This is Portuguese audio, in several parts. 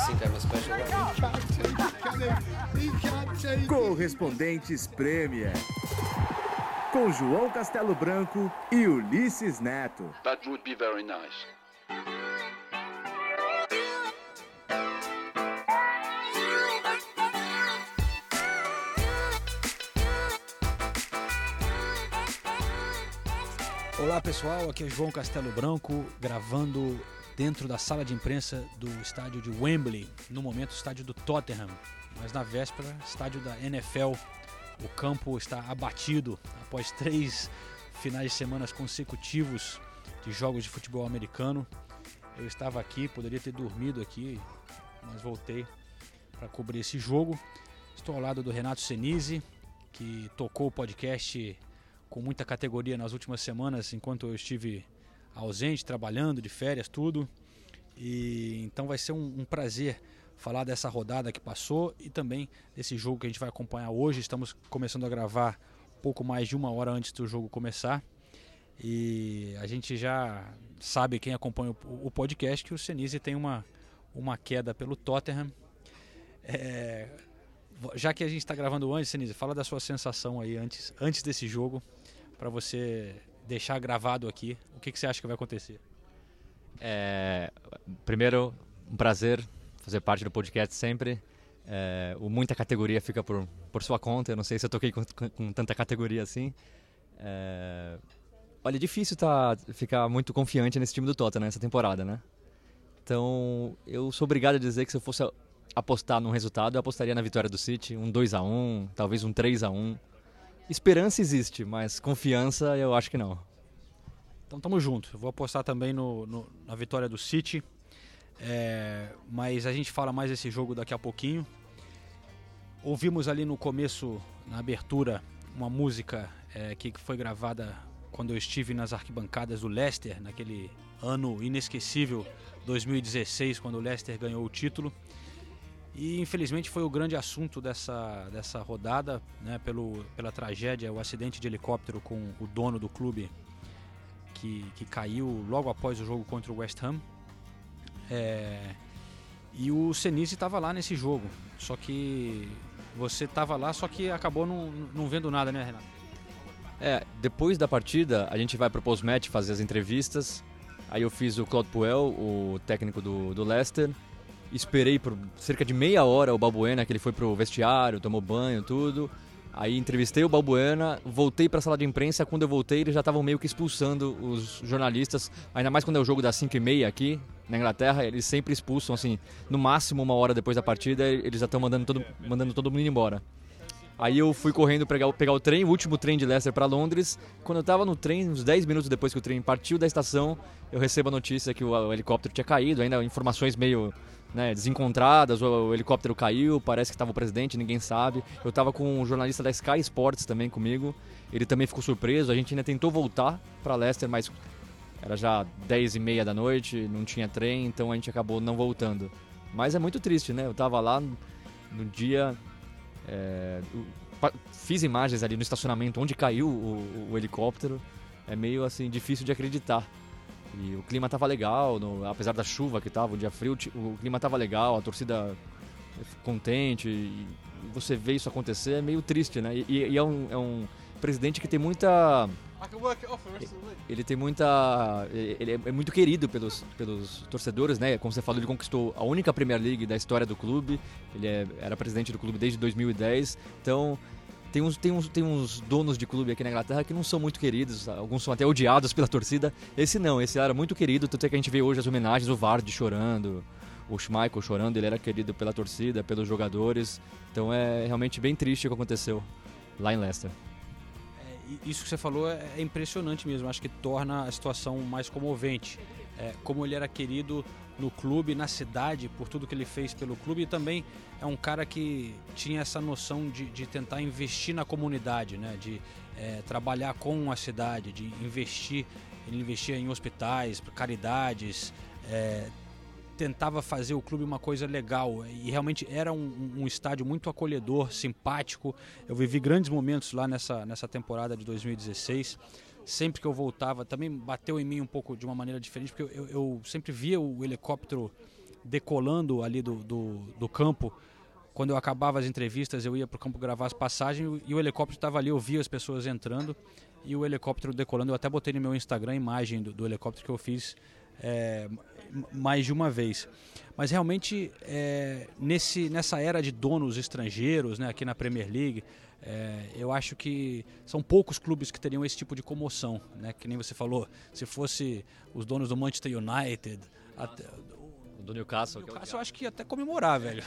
think I'm a special guy. Correspondentes Premier. Com João Castelo Branco e Ulisses Neto. That would be very nice. Olá pessoal, aqui é João Castelo Branco, gravando dentro da sala de imprensa do estádio de Wembley, no momento estádio do Tottenham, mas na véspera estádio da NFL. O campo está abatido após 3 finais de semana consecutivos de jogos de futebol americano. Eu estava aqui, poderia ter dormido aqui, mas voltei para cobrir esse jogo. Estou ao lado do Renato Senise, que tocou o podcast com muita categoria nas últimas semanas, enquanto eu estive ausente, trabalhando, de férias, tudo. E então vai ser um prazer falar dessa rodada que passou e também desse jogo que a gente vai acompanhar hoje. Estamos começando a gravar pouco mais de 1 hora antes do jogo começar. E a gente já sabe, quem acompanha o podcast, que o Senise tem uma queda pelo Tottenham. Já que a gente está gravando antes, Senise, fala da sua sensação aí antes desse jogo, para você deixar gravado aqui. O que você acha que vai acontecer? Primeiro, um prazer fazer parte do podcast sempre. O muita categoria fica por sua conta. Eu não sei se eu toquei com tanta categoria assim. Olha, é difícil ficar muito confiante nesse time do Tottenham nessa temporada, né? Então, eu sou obrigado a dizer que se eu fosse apostar num resultado, eu apostaria na vitória do City, um 2-1, talvez um 3-1. Esperança existe, mas confiança eu acho que não. Então tamo junto. Eu vou apostar também na vitória do City. Mas a gente fala mais desse jogo daqui a pouquinho. Ouvimos ali no começo, na abertura, uma música que foi gravada quando eu estive nas arquibancadas do Leicester, naquele ano inesquecível, 2016, quando o Leicester ganhou o título. E infelizmente foi o grande assunto dessa rodada, né, pela tragédia, o acidente de helicóptero com o dono do clube que caiu logo após o jogo contra o West Ham. E o Senise estava lá nesse jogo, só que você estava lá, só que acabou não vendo nada, né, Renato? Depois da partida a gente vai pro post-match fazer as entrevistas. Aí eu fiz o Claude Puel, o técnico do Leicester. Esperei por cerca de meia hora o Balbuena, que ele foi pro vestiário, tomou banho, tudo. Aí entrevistei o Balbuena, voltei pra sala de imprensa. Quando eu voltei, eles já estavam meio que expulsando os jornalistas. Ainda mais quando é o jogo das 5h30 aqui na Inglaterra, eles sempre expulsam, assim, no máximo 1 hora depois da partida, eles já estão mandando todo mundo embora. Aí eu fui correndo pegar o trem, o último trem de Leicester para Londres. Quando eu estava no trem, uns 10 minutos depois que o trem partiu da estação, eu recebo a notícia que o helicóptero tinha caído, ainda informações meio desencontradas. O helicóptero caiu, parece que estava o presidente, ninguém sabe. Eu estava com um jornalista da Sky Sports também comigo, ele também ficou surpreso. A gente ainda tentou voltar para Leicester, mas era já 10h30 da noite, não tinha trem, então a gente acabou não voltando. Mas é muito triste, né? Eu estava lá no dia... fiz imagens ali no estacionamento onde caiu o helicóptero. É meio assim difícil de acreditar. E o clima tava legal, apesar da chuva que tava, o dia frio, o clima tava legal, a torcida contente. E você vê isso acontecer, é meio triste, né? E é um presidente que tem muita... Ele é muito querido pelos torcedores, né? Como você falou, ele conquistou a única Premier League da história do clube. Ele era presidente do clube desde 2010. Então, tem uns donos de clube aqui na Inglaterra que não são muito queridos. Alguns são até odiados pela torcida. Esse não, esse era muito querido. Tanto é que a gente vê hoje as homenagens, o Vardy chorando, o Schmeichel chorando. Ele era querido pela torcida, pelos jogadores. Então é realmente bem triste o que aconteceu lá em Leicester. Isso que você falou é impressionante mesmo, acho que torna a situação mais comovente. Como ele era querido no clube, na cidade, por tudo que ele fez pelo clube, e também é um cara que tinha essa noção de tentar investir na comunidade, né? De trabalhar com a cidade, de investir. Ele investia em hospitais, caridades, tentava fazer o clube uma coisa legal, e realmente era um estádio muito acolhedor, simpático. Eu vivi grandes momentos lá nessa temporada de 2016. Sempre que eu voltava, também bateu em mim um pouco de uma maneira diferente, porque eu sempre via o helicóptero decolando ali do campo. Quando eu acabava as entrevistas, eu ia para o campo gravar as passagens e o helicóptero estava ali, eu via as pessoas entrando e o helicóptero decolando. Eu até botei no meu Instagram a imagem do helicóptero que eu fiz mais de uma vez. Mas realmente, nessa era de donos estrangeiros, né, aqui na Premier League, eu acho que são poucos clubes que teriam esse tipo de comoção, né? Que nem você falou, se fosse os donos do Manchester United, do Newcastle, eu acho que ia até comemorar, velho.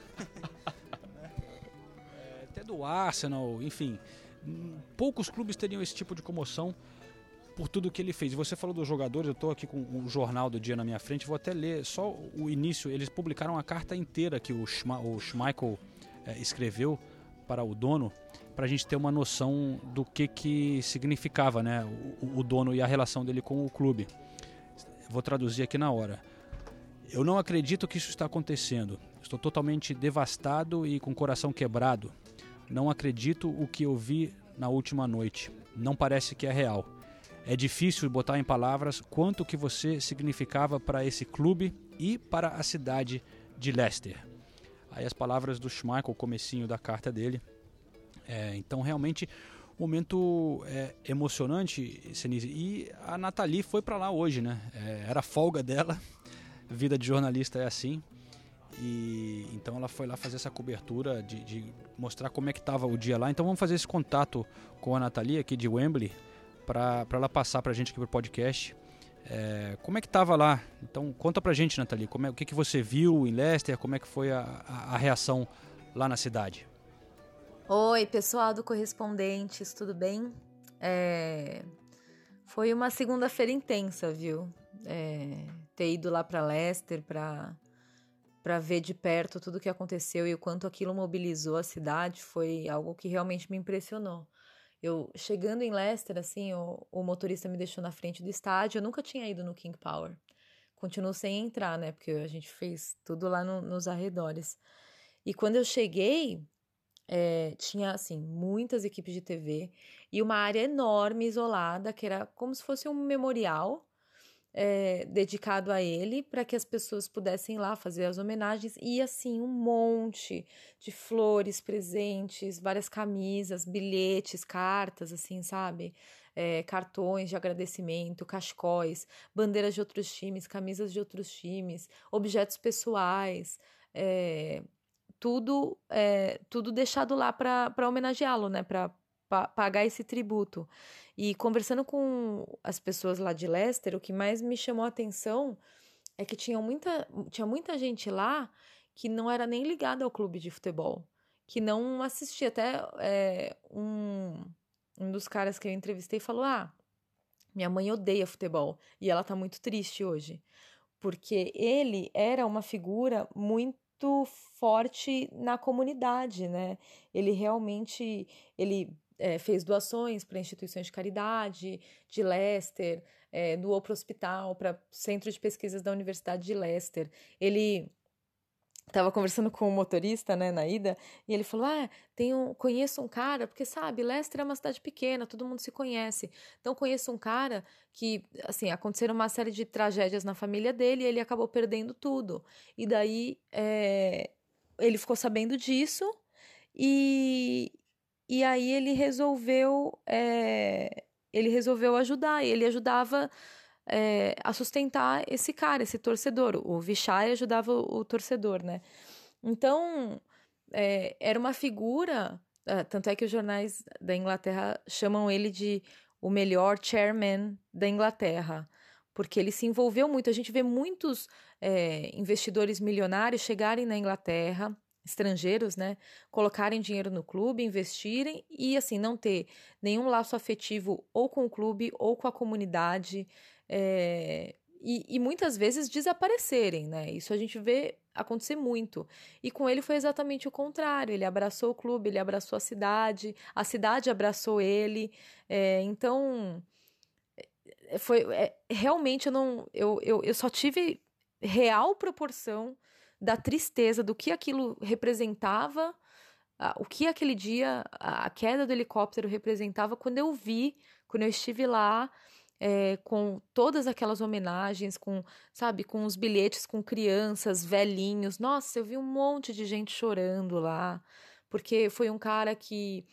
Até do Arsenal, enfim, poucos clubes teriam esse tipo de comoção por tudo que ele fez. E você falou dos jogadores, eu estou aqui com o jornal do dia na minha frente, vou até ler só o início. Eles publicaram a carta inteira que o Schmeichel escreveu para o dono, para a gente ter uma noção do que significava, né, o dono e a relação dele com o clube. Vou traduzir aqui na hora. Eu não acredito que isso está acontecendo. Estou totalmente devastado e com o coração quebrado. Não acredito o que eu vi na última noite. Não parece que é real. É difícil botar em palavras quanto que você significava para esse clube e para a cidade de Leicester. Aí as palavras do Schmeichel, o comecinho da carta dele. Então realmente momento emocionante, Senise. E a Nathalie foi para lá hoje, né? Era a folga dela. Vida de jornalista é assim. E então ela foi lá fazer essa cobertura de mostrar como é que estava o dia lá. Então vamos fazer esse contato com a Nathalie aqui de Wembley para ela passar para a gente aqui pro podcast. Como é que estava lá? Então conta pra gente, Nathalie, o que você viu em Leicester, como é que foi a reação lá na cidade? Oi, pessoal do Correspondentes, tudo bem? Foi uma segunda-feira intensa, viu? Ter ido lá para Leicester para ver de perto tudo o que aconteceu e o quanto aquilo mobilizou a cidade foi algo que realmente me impressionou. Eu, chegando em Leicester, assim, o motorista me deixou na frente do estádio. Eu nunca tinha ido no King Power. Continuo sem entrar, né? Porque a gente fez tudo lá nos arredores. E quando eu cheguei, tinha, assim, muitas equipes de TV e uma área enorme, isolada, que era como se fosse um memorial dedicado a ele, para que as pessoas pudessem ir lá fazer as homenagens. E, assim, um monte de flores, presentes, várias camisas, bilhetes, cartas, assim, sabe? Cartões de agradecimento, cachecóis, bandeiras de outros times, camisas de outros times, objetos pessoais, tudo deixado lá para homenageá-lo, né? Para pagar esse tributo. E conversando com as pessoas lá de Leicester, o que mais me chamou a atenção é que tinha muita gente lá que não era nem ligada ao clube de futebol, que não assistia. Até um dos caras que eu entrevistei falou: minha mãe odeia futebol e ela tá muito triste hoje, porque ele era uma figura muito forte na comunidade, né? Ele realmente fez doações para instituições de caridade de Leicester, doou para o hospital, para centro de pesquisas da Universidade de Leicester. Ele estava conversando com o motorista, né, na ida, e ele falou: conheço um cara, porque sabe, Leicester é uma cidade pequena, todo mundo se conhece. Então conheço um cara que, assim, aconteceram uma série de tragédias na família dele e ele acabou perdendo tudo. E daí ele ficou sabendo disso e aí ele resolveu ajudar. Ele ajudava a sustentar esse cara, esse torcedor. O Vichai ajudava o torcedor, né? Então, era uma figura, tanto é que os jornais da Inglaterra chamam ele de o melhor chairman da Inglaterra, porque ele se envolveu muito. A gente vê muitos investidores milionários chegarem na Inglaterra, estrangeiros, né, colocarem dinheiro no clube, investirem e, assim, não ter nenhum laço afetivo ou com o clube ou com a comunidade, e muitas vezes desaparecerem, né? Isso a gente vê acontecer muito. E com ele foi exatamente o contrário. Ele abraçou o clube, ele abraçou a cidade abraçou ele. Então, realmente eu só tive real proporção da tristeza, do que aquilo representava, o que aquele dia, a queda do helicóptero representava, quando eu estive lá com todas aquelas homenagens, sabe, com os bilhetes com crianças, velhinhos. Nossa, eu vi um monte de gente chorando lá, porque foi um cara que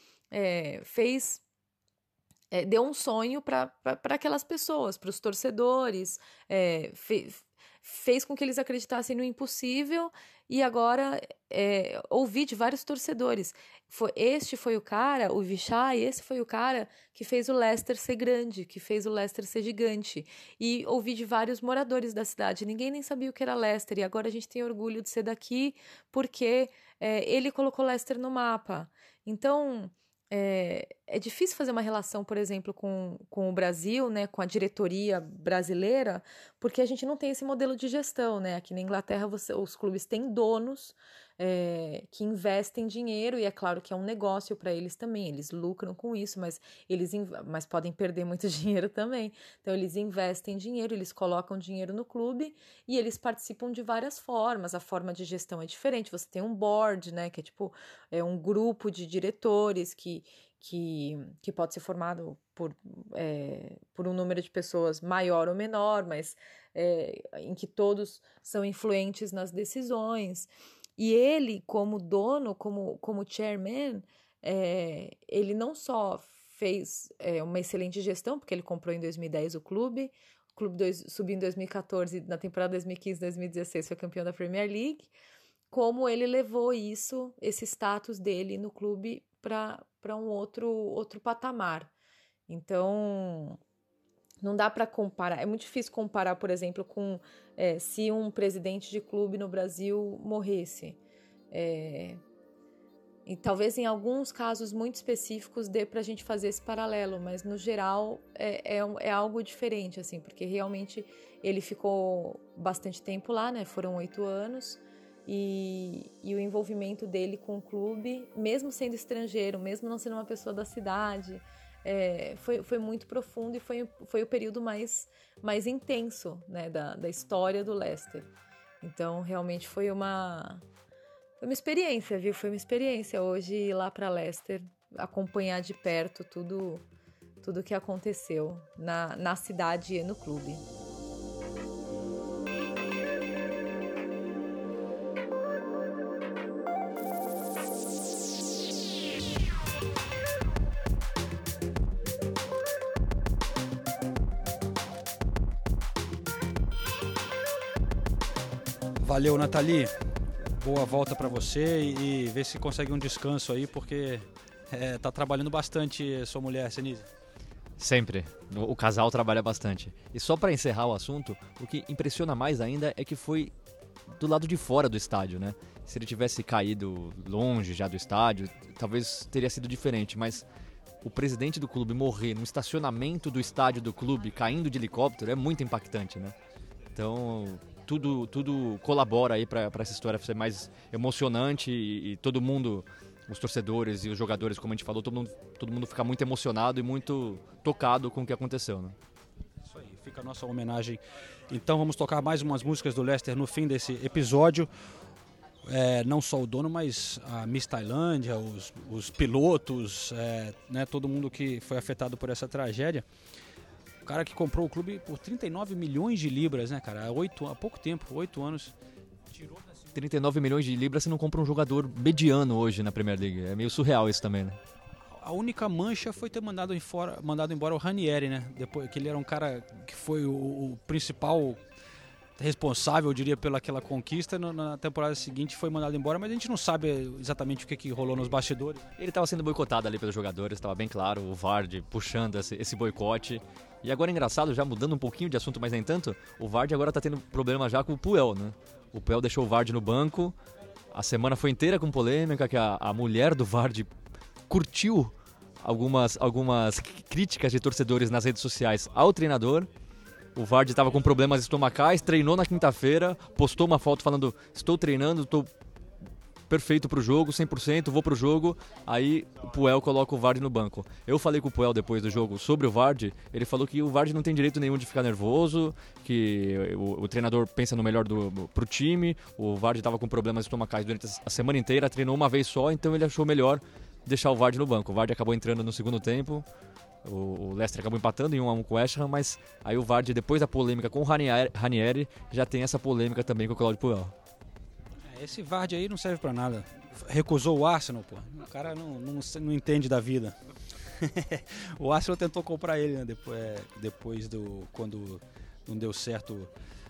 deu um sonho para aquelas pessoas, para os torcedores, fez com que eles acreditassem no impossível, e agora ouvi de vários torcedores. Este foi o cara, o Vichai, esse foi o cara que fez o Leicester ser grande, que fez o Leicester ser gigante. E ouvi de vários moradores da cidade. Ninguém nem sabia o que era Leicester, e agora a gente tem orgulho de ser daqui porque ele colocou Leicester no mapa. Então, é difícil fazer uma relação, por exemplo, com o Brasil, né, com a diretoria brasileira, porque a gente não tem esse modelo de gestão, né? Aqui na Inglaterra, os clubes têm donos que investem dinheiro, e é claro que é um negócio para eles também, eles lucram com isso, mas podem perder muito dinheiro também. Então, eles investem dinheiro, eles colocam dinheiro no clube e eles participam de várias formas. A forma de gestão é diferente, você tem um board, né, que é tipo um grupo de diretores que pode ser formado por um número de pessoas maior ou menor, mas em que todos são influentes nas decisões. E ele, como dono, como chairman, ele não só fez uma excelente gestão, porque ele comprou em 2010 o clube subiu em 2014, na temporada 2015-2016 foi campeão da Premier League, como ele levou esse status dele no clube para um outro patamar. Então, não dá para comparar. É muito difícil comparar, por exemplo, com se um presidente de clube no Brasil morresse. E talvez em alguns casos muito específicos dê para a gente fazer esse paralelo, mas no geral é algo diferente, assim, porque realmente ele ficou bastante tempo lá, né? Foram 8 anos. E o envolvimento dele com o clube, mesmo sendo estrangeiro, mesmo não sendo uma pessoa da cidade, foi muito profundo, e foi o período mais intenso, né, da história do Leicester. Então, realmente foi uma experiência, viu? Foi uma experiência hoje ir lá para Leicester, acompanhar de perto tudo que aconteceu na cidade e no clube. Valeu, Nathalie. Boa volta para você e vê se consegue um descanso aí, porque tá trabalhando bastante sua mulher, Senise. Sempre. O casal trabalha bastante. E só para encerrar o assunto, o que impressiona mais ainda é que foi do lado de fora do estádio, né? Se ele tivesse caído longe já do estádio, talvez teria sido diferente, mas o presidente do clube morrer no estacionamento do estádio do clube caindo de helicóptero é muito impactante, né? Então, tudo colabora aí para essa história ser mais emocionante e todo mundo, os torcedores e os jogadores, como a gente falou, todo mundo fica muito emocionado e muito tocado com o que aconteceu, né? Isso aí, fica a nossa homenagem. Então vamos tocar mais umas músicas do Leicester no fim desse episódio. Não só o dono, mas a Miss Tailândia, os pilotos, né, todo mundo que foi afetado por essa tragédia. O cara que comprou o clube por 39 milhões de libras, né, cara? Há pouco tempo, 8 anos. 39 milhões de libras você não compra um jogador mediano hoje na Premier League. É meio surreal isso também, né? A única mancha foi ter mandado embora o Ranieri, né? Depois que ele era um cara que foi o principal responsável, eu diria, pela aquela conquista. Na temporada seguinte foi mandado embora, mas a gente não sabe exatamente o que rolou nos bastidores. Ele estava sendo boicotado ali pelos jogadores, estava bem claro, o Vardy puxando esse boicote. E agora é engraçado, já mudando um pouquinho de assunto, mas nem tanto, o Vardy agora está tendo problema já com o Puel, né? O Puel deixou o Vardy no banco, a semana foi inteira com polêmica, que a mulher do Vardy curtiu algumas críticas de torcedores nas redes sociais ao treinador. O Vardy estava com problemas estomacais, treinou na quinta-feira, postou uma foto falando: estou treinando, estou perfeito pro jogo, 100%, vou pro jogo. Aí o Puel coloca o Vardy no banco. Eu falei com o Puel depois do jogo sobre o Vardy, ele falou que o Vardy não tem direito nenhum de ficar nervoso, que o treinador pensa no melhor pro time. O Vardy estava com problemas estomacais durante a semana inteira, treinou uma vez só, então ele achou melhor deixar o Vardy no banco. O Vardy acabou entrando no segundo tempo, O Leicester acabou empatando em 1-1 com o West Ham, mas aí o Vardy, depois da polêmica com o Ranieri, já tem essa polêmica também com o Claudio Puel. Esse Vardy aí não serve pra nada. Recusou o Arsenal, pô. O cara não entende da vida. O Arsenal tentou comprar ele, né? Depois quando não deu certo.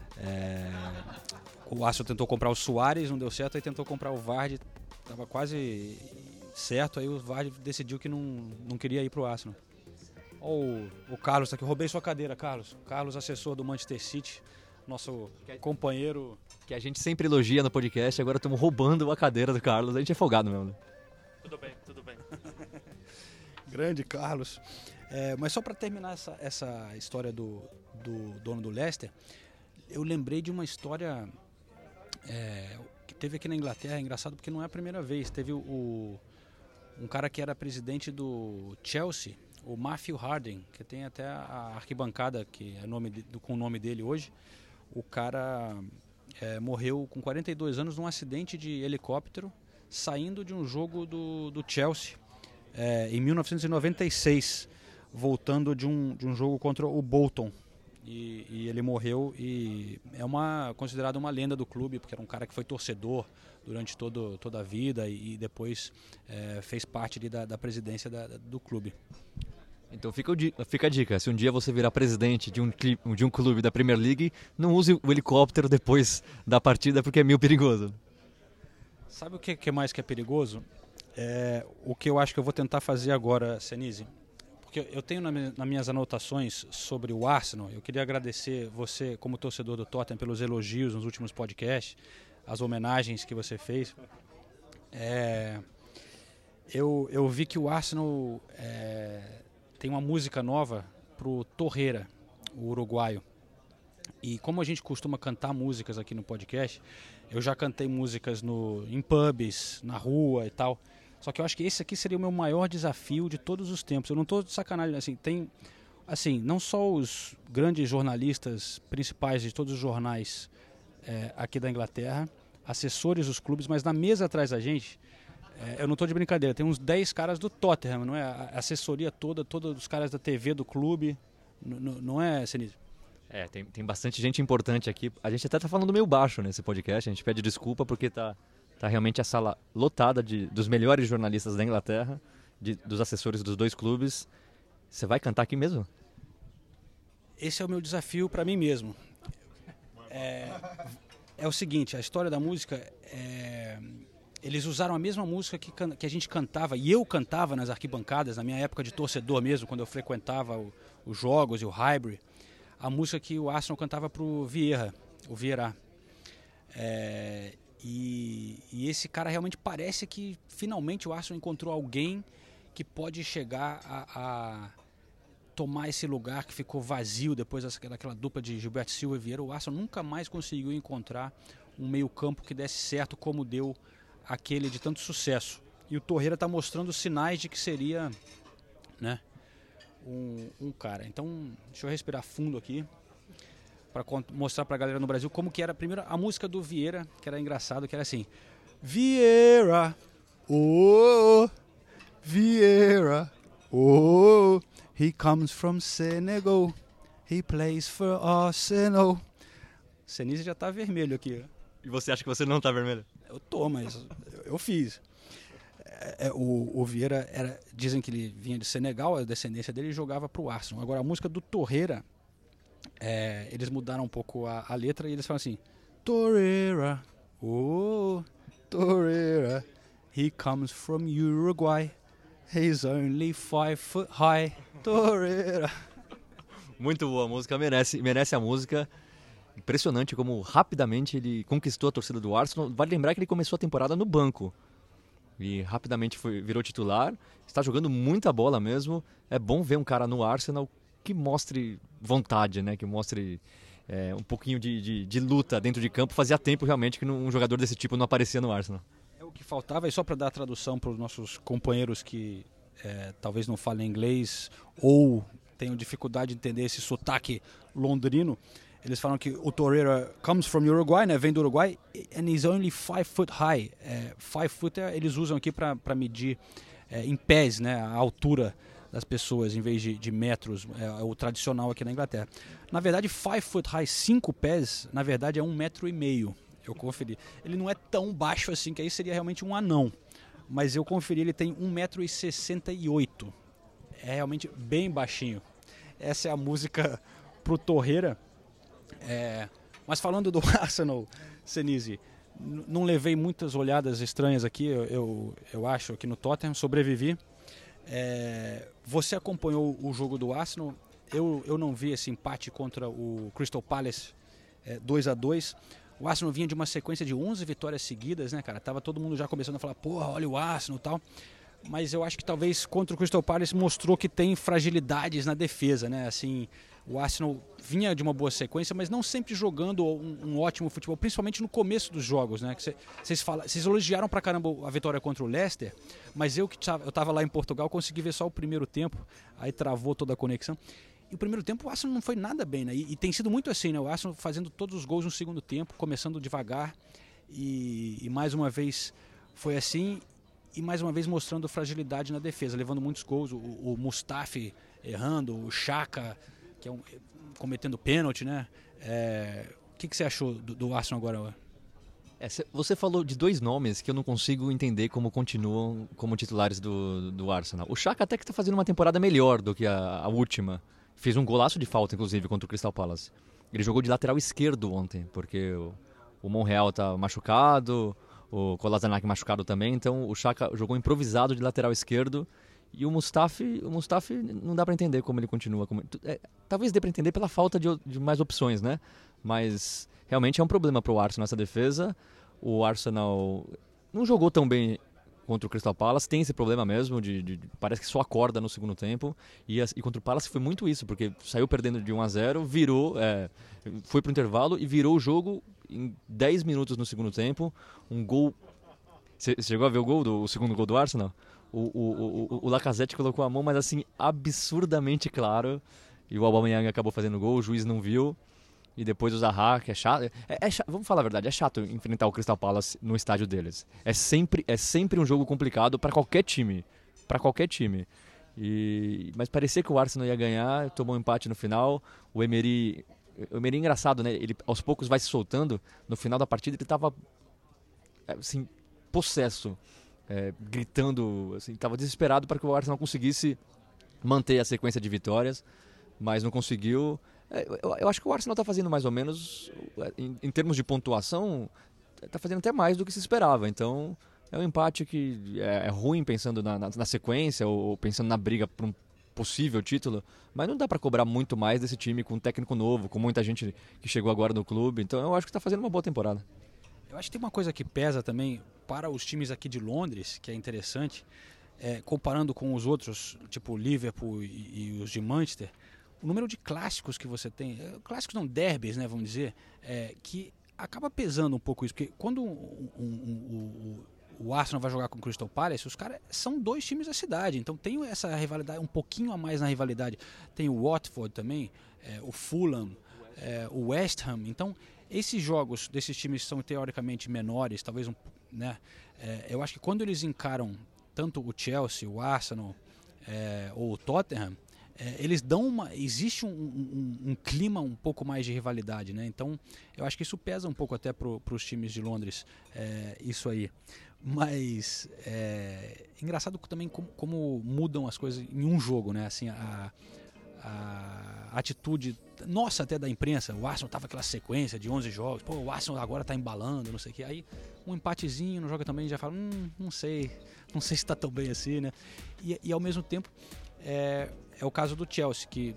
O Arsenal tentou comprar o Suárez, não deu certo, aí tentou comprar o Vardy, tava quase certo, aí o Vardy decidiu que não queria ir pro Arsenal. Ó, o Carlos tá aqui, roubei sua cadeira, Carlos. Carlos, assessor do Manchester City, nosso companheiro. Que a gente sempre elogia no podcast, agora estamos roubando a cadeira do Carlos, a gente é folgado mesmo. Né? Tudo bem. Grande Carlos. Mas só para terminar essa história do dono do Leicester, eu lembrei de uma história que teve aqui na Inglaterra, é engraçado porque não é a primeira vez. Teve um cara que era presidente do Chelsea, o Matthew Harding, que tem até a arquibancada que é com o nome dele hoje. O cara morreu com 42 anos num acidente de helicóptero saindo de um jogo do Chelsea em 1996, voltando de um jogo contra o Bolton. E ele morreu e é considerado uma lenda do clube, porque era um cara que foi torcedor durante toda a vida e depois fez parte ali da presidência do clube. Então fica a dica, se um dia você virar presidente de um clube da Premier League, não use o helicóptero depois da partida porque é meio perigoso. Sabe o que mais que é perigoso? O que eu acho que eu vou tentar fazer agora, Senise. Porque eu tenho nas minhas anotações sobre o Arsenal, eu queria agradecer você como torcedor do Tottenham pelos elogios nos últimos podcasts, as homenagens que você fez. Eu vi que o Arsenal tem uma música nova pro Torreira, o uruguaio. E como a gente costuma cantar músicas aqui no podcast, eu já cantei músicas em pubs, na rua e tal. Só que eu acho que esse aqui seria o meu maior desafio de todos os tempos. Eu não estou de sacanagem, assim, não só os grandes jornalistas principais de todos os jornais aqui da Inglaterra, assessores dos clubes, mas na mesa atrás da gente, eu não estou de brincadeira, tem uns 10 caras do Tottenham, não é? A assessoria toda os caras da TV do clube, não é, Senise? Tem bastante gente importante aqui. A gente até tá falando meio baixo nesse podcast, a gente pede desculpa porque tá realmente a sala lotada dos melhores jornalistas da Inglaterra, dos assessores dos dois clubes. Você vai cantar aqui mesmo? Esse é o meu desafio para mim mesmo. É o seguinte, a história da música eles usaram a mesma música que a gente cantava, e eu cantava nas arquibancadas, na minha época de torcedor mesmo, quando eu frequentava os jogos e o Highbury, a música que o Arsenal cantava pro Vieira, o Vieira. E esse cara realmente parece que finalmente o Arsenal encontrou alguém que pode chegar a tomar esse lugar que ficou vazio depois daquela dupla de Gilberto Silva e Vieira. O Arsenal nunca mais conseguiu encontrar um meio-campo que desse certo como deu aquele de tanto sucesso. E o Torreira está mostrando sinais de que seria, né, um cara. Então, deixa eu respirar fundo aqui para mostrar para a galera no Brasil como que era primeiro a música do Vieira, que era engraçado, que era assim: Vieira, oh, Vieira, oh, he comes from Senegal, he plays for Arsenal. Senise já tá vermelho aqui. E você acha que você não tá vermelho? Eu tô, mas eu fiz. O Vieira dizem que ele vinha de Senegal, a descendência dele, e jogava pro Arsenal. Agora a música do Torreira, eles mudaram um pouco a letra e eles falam assim: Torreira, oh, Torreira, he comes from Uruguay, he's only 5 foot high, Torreira. Muito boa a música, merece a música. Impressionante como rapidamente ele conquistou a torcida do Arsenal. Vale lembrar que ele começou a temporada no banco e rapidamente virou titular. Está jogando muita bola mesmo. É bom ver um cara no Arsenal que mostre vontade, né? Que mostre um pouquinho de luta dentro de campo. Fazia tempo realmente que um jogador desse tipo não aparecia no Arsenal. É o que faltava, e só para dar a tradução para os nossos companheiros que talvez não falem inglês ou tenham dificuldade de entender esse sotaque londrino. Eles falam que o Torreira comes from Uruguay, né? Vem do Uruguai, and he's only 5 foot high. 5 foot eles usam aqui para medir em pés, né? A altura das pessoas em vez de metros, é o tradicional aqui na Inglaterra. Na verdade, 5 foot high, 5 pés, na verdade é 1,5 metro. Eu conferi. Ele não é tão baixo assim, que aí seria realmente um anão. Mas eu conferi, ele tem 1,68 metro. É realmente bem baixinho. Essa é a música pro Torreira. Mas falando do Arsenal, Senise, não levei muitas olhadas estranhas aqui, eu acho, aqui no Tottenham, sobrevivi. Você acompanhou o jogo do Arsenal? Eu não vi esse empate contra o Crystal Palace 2-2. O Arsenal vinha de uma sequência de 11 vitórias seguidas, né, cara? Tava todo mundo já começando a falar, porra, olha o Arsenal e tal. Mas eu acho que talvez contra o Crystal Palace mostrou que tem fragilidades na defesa, né? Assim, o Arsenal vinha de uma boa sequência, mas não sempre jogando um ótimo futebol, principalmente no começo dos jogos, né? Vocês elogiaram pra caramba a vitória contra o Leicester, mas eu tava lá em Portugal, consegui ver só o primeiro tempo, aí travou toda a conexão. E o primeiro tempo o Arsenal não foi nada bem, né? E tem sido muito assim, né? O Arsenal fazendo todos os gols no segundo tempo, começando devagar, e mais uma vez foi assim, e mais uma vez mostrando fragilidade na defesa, levando muitos gols, o Mustafi errando, o Xhaka cometendo pênalti, né? O que você achou do Arsenal agora? Você falou de 2 nomes que eu não consigo entender como continuam como titulares do Arsenal. O Xhaka até que está fazendo uma temporada melhor do que a última. Fez um golaço de falta, inclusive, contra o Crystal Palace. Ele jogou de lateral esquerdo ontem, porque o Monreal está machucado, o Kolasinac machucado também, então o Xhaka jogou improvisado de lateral esquerdo. E o Mustafi não dá para entender como ele continua. Talvez dê para entender pela falta de mais opções, né? Mas realmente é um problema para o Arsenal nessa defesa. O Arsenal não jogou tão bem contra o Crystal Palace, tem esse problema mesmo, parece que só acorda no segundo tempo. E contra o Palace foi muito isso, porque saiu perdendo de 1-0, virou, foi para o intervalo e virou o jogo em 10 minutos no segundo tempo. Um gol... Você chegou a ver o segundo gol do Arsenal? O Lacazette colocou a mão, mas assim, absurdamente claro. E o Aubameyang acabou fazendo gol, o juiz não viu. E depois o Zaha, que é chato. Vamos falar a verdade, é chato enfrentar o Crystal Palace no estádio deles. É sempre um jogo complicado para qualquer time. Mas parecia que o Arsenal ia ganhar, tomou um empate no final. O Emery é engraçado, né? Ele aos poucos vai se soltando. No final da partida ele estava assim, possesso. Gritando, assim, estava desesperado para que o Arsenal conseguisse manter a sequência de vitórias, mas não conseguiu. Eu acho que o Arsenal está fazendo mais ou menos, em termos de pontuação, está fazendo até mais do que se esperava. Então é um empate que é ruim pensando na sequência ou pensando na briga por um possível título, mas não dá para cobrar muito mais desse time com um técnico novo, com muita gente que chegou agora no clube. Então eu acho que está fazendo uma boa temporada. Eu acho que tem uma coisa que pesa também para os times aqui de Londres, que é interessante, comparando com os outros, tipo Liverpool e os de Manchester, o número de clássicos que você tem, clássicos não, derbys, né, vamos dizer, que acaba pesando um pouco isso, porque quando o Arsenal vai jogar com o Crystal Palace, os caras são 2 times da cidade, então tem essa rivalidade, um pouquinho a mais na rivalidade. Tem o Watford também, o Fulham, o West Ham, então esses jogos desses times são teoricamente menores, talvez né? Eu acho que quando eles encaram tanto o Chelsea, o Arsenal ou o Tottenham, eles dão existe um clima um pouco mais de rivalidade, né? Então eu acho que isso pesa um pouco até para os times de Londres, isso aí. Mas engraçado também como mudam as coisas em um jogo, né? Assim, a atitude nossa até da imprensa, o Arsenal tava aquela sequência de 11 jogos, pô, o Arsenal agora tá embalando, não sei o que, aí um empatezinho no jogo também já fala, não sei se tá tão bem assim, né? E ao mesmo tempo é o caso do Chelsea, que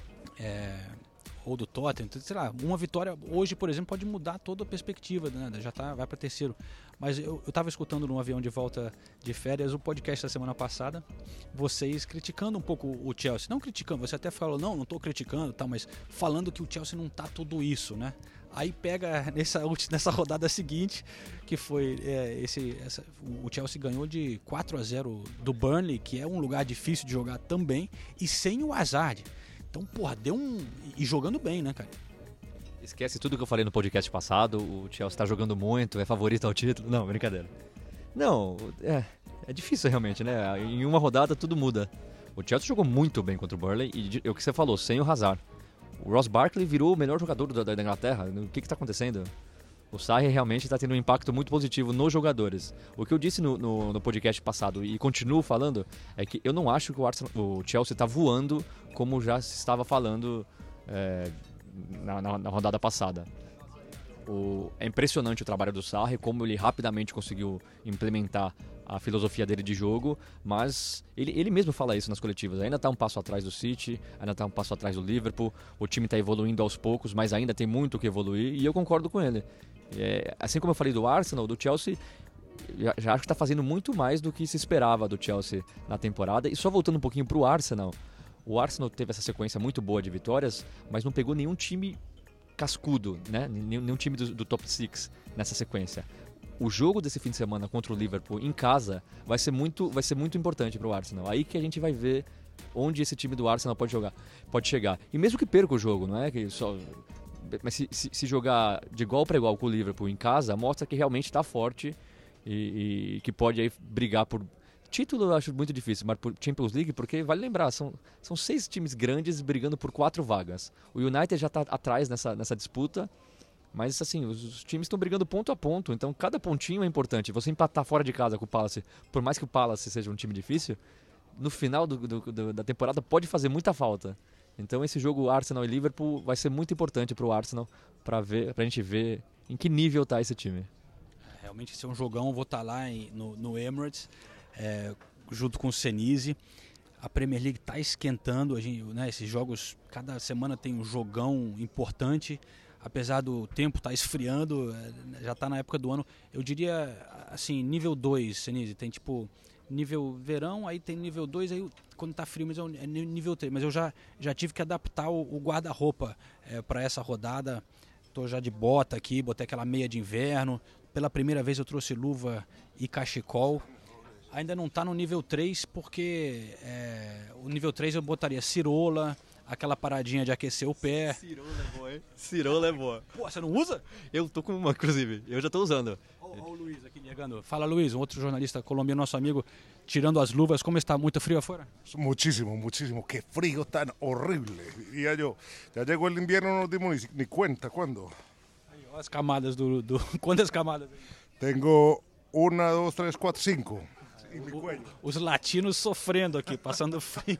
ou do Tottenham, sei lá, uma vitória hoje, por exemplo, pode mudar toda a perspectiva, né? Já vai para terceiro. Mas eu estava escutando no avião de volta de férias o podcast da semana passada, vocês criticando um pouco o Chelsea. Não criticando, você até falou, não estou criticando, tá, mas falando que o Chelsea não tá tudo isso, né? Aí pega nessa rodada seguinte, que foi o Chelsea ganhou de 4-0 do Burnley, que é um lugar difícil de jogar também, e sem o Hazard. Então, porra, e jogando bem, né, cara? Esquece tudo que eu falei no podcast passado, o Chelsea tá jogando muito, é favorito ao título. Não, brincadeira. Não, é difícil realmente, né? Em uma rodada tudo muda. O Chelsea jogou muito bem contra o Burnley e é o que você falou, sem o Hazard. O Ross Barkley virou o melhor jogador da Inglaterra. O que está acontecendo? O Sarri realmente está tendo um impacto muito positivo nos jogadores. O que eu disse no podcast passado e continuo falando é que eu não acho que o Chelsea está voando como já se estava falando na rodada passada. É impressionante o trabalho do Sarri, como ele rapidamente conseguiu implementar a filosofia dele de jogo, mas ele mesmo fala isso nas coletivas. Ainda está um passo atrás do City, ainda está um passo atrás do Liverpool, o time está evoluindo aos poucos, mas ainda tem muito o que evoluir, e eu concordo com ele. Assim como eu falei do Arsenal, do Chelsea, já acho que está fazendo muito mais do que se esperava do Chelsea na temporada. E só voltando um pouquinho para o Arsenal teve essa sequência muito boa de vitórias, mas não pegou nenhum time cascudo, né? Nenhum time do top 6 nessa sequência. O jogo desse fim de semana contra o Liverpool em casa vai ser muito importante para o Arsenal. Aí que a gente vai ver onde esse time do Arsenal pode chegar. E mesmo que perca o jogo, não é que só... Mas se jogar de igual para igual com o Liverpool em casa, mostra que realmente está forte e que pode aí brigar por... Título eu acho muito difícil, mas por Champions League, porque vale lembrar, são 6 times grandes brigando por 4 vagas. O United já está atrás nessa disputa, mas assim, os times estão brigando ponto a ponto, então cada pontinho é importante. Você empatar fora de casa com o Palace, por mais que o Palace seja um time difícil, no final da temporada pode fazer muita falta. Então esse jogo Arsenal e Liverpool vai ser muito importante para o Arsenal, pra gente ver em que nível está esse time. Realmente esse é um jogão, vou estar lá no Emirates, junto com o Senise. A Premier League está esquentando, esses jogos, cada semana tem um jogão importante, apesar do tempo estar esfriando, já está na época do ano. Eu diria assim, nível 2, Senise, tem tipo nível verão, aí tem nível 2, aí quando está frio, mas é nível 3. Mas eu já tive que adaptar o guarda-roupa para essa rodada. Estou já de bota aqui, botei aquela meia de inverno. Pela primeira vez eu trouxe luva e cachecol. Ainda não está no nível 3, porque o nível 3 eu botaria cirola, aquela paradinha de aquecer o pé. Cirola é boa, hein? Cirola é boa. Pô, você não usa? Eu tô com uma, inclusive. Eu já tô usando. Olha o Luiz aqui ligando. Fala, Luiz, um outro jornalista colombiano, nosso amigo, tirando as luvas. Como está? Muito frio afuera? Muchísimo. Qué frío tan horrible. Diría yo. Ya llegó el invierno, no nos dimos ni cuenta. ¿Cuándo? Aí, olha as camadas Quantas camadas? Tengo 1, 2, 3, 4, 5. Os latinos sofrendo aqui, passando frio.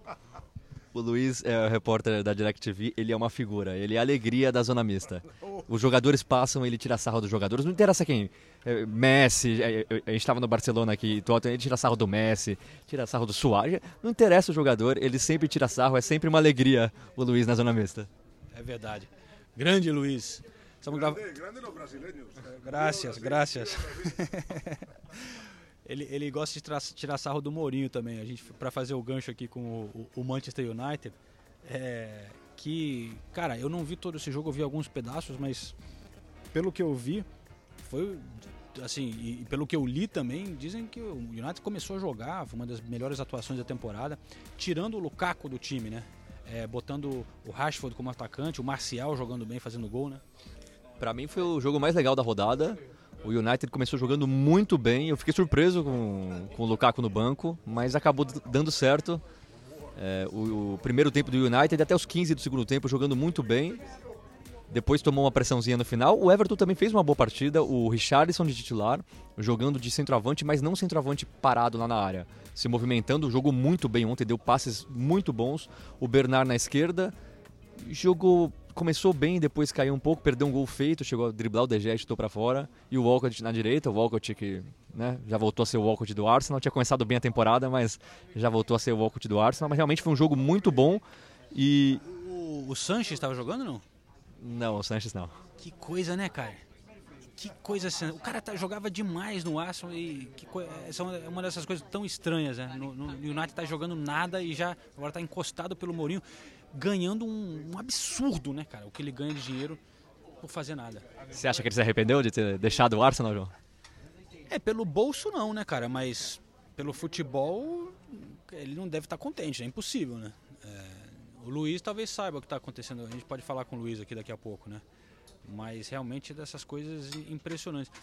O Luiz é o repórter da DirecTV, ele é uma figura, ele é a alegria da zona mista. Os jogadores passam, ele tira sarro dos jogadores, não interessa quem. Messi, a gente estava no Barcelona aqui, ele tira sarro do Messi, tira sarro do Suárez, não interessa o jogador, ele sempre tira sarro, é sempre uma alegria o Luiz na zona mista. É verdade. Grande Luiz. Grande los brasileños. Graças. Ele gosta de tirar sarro do Mourinho também. A gente, para fazer o gancho aqui com o Manchester United, que, cara, eu não vi todo esse jogo, eu vi alguns pedaços, mas pelo que eu vi, foi assim, e pelo que eu li também, dizem que o United começou a jogar, foi uma das melhores atuações da temporada, tirando o Lukaku do time, né? Botando o Rashford como atacante, o Martial jogando bem, fazendo gol, né? Pra mim foi o jogo mais legal da rodada. O United começou jogando muito bem, eu fiquei surpreso com o Lukaku no banco, mas acabou dando certo. O primeiro tempo do United, até os 15 do segundo tempo, jogando muito bem. Depois tomou uma pressãozinha no final. O Everton também fez uma boa partida, o Richarlison de titular, jogando de centroavante, mas não centroavante parado lá na área. Se movimentando, jogou muito bem ontem, deu passes muito bons. O Bernard na esquerda, começou bem, depois caiu um pouco, perdeu um gol feito, chegou a driblar o De Gea, chutou pra fora. E o Walcott na direita, o Walcott que, né, já voltou a ser o Walcott do Arsenal. Tinha começado bem a temporada, mas já voltou a ser o Walcott do Arsenal. Mas realmente foi um jogo muito bom. E o Sanches estava jogando, não? Não, o Sanches não. Que coisa, né, cara? Que coisa... O cara jogava demais no Arsenal e essa é uma dessas coisas tão estranhas, né? No United tá jogando nada e já agora tá encostado pelo Mourinho, ganhando um absurdo, né, cara? O que ele ganha de dinheiro por fazer nada. Você acha que ele se arrependeu de ter deixado o Arsenal, João? Pelo bolso não, né, cara? Mas pelo futebol ele não deve estar contente, é impossível, né? O Luiz talvez saiba o que está acontecendo, a gente pode falar com o Luiz aqui daqui a pouco, né? Mas realmente dessas coisas impressionantes.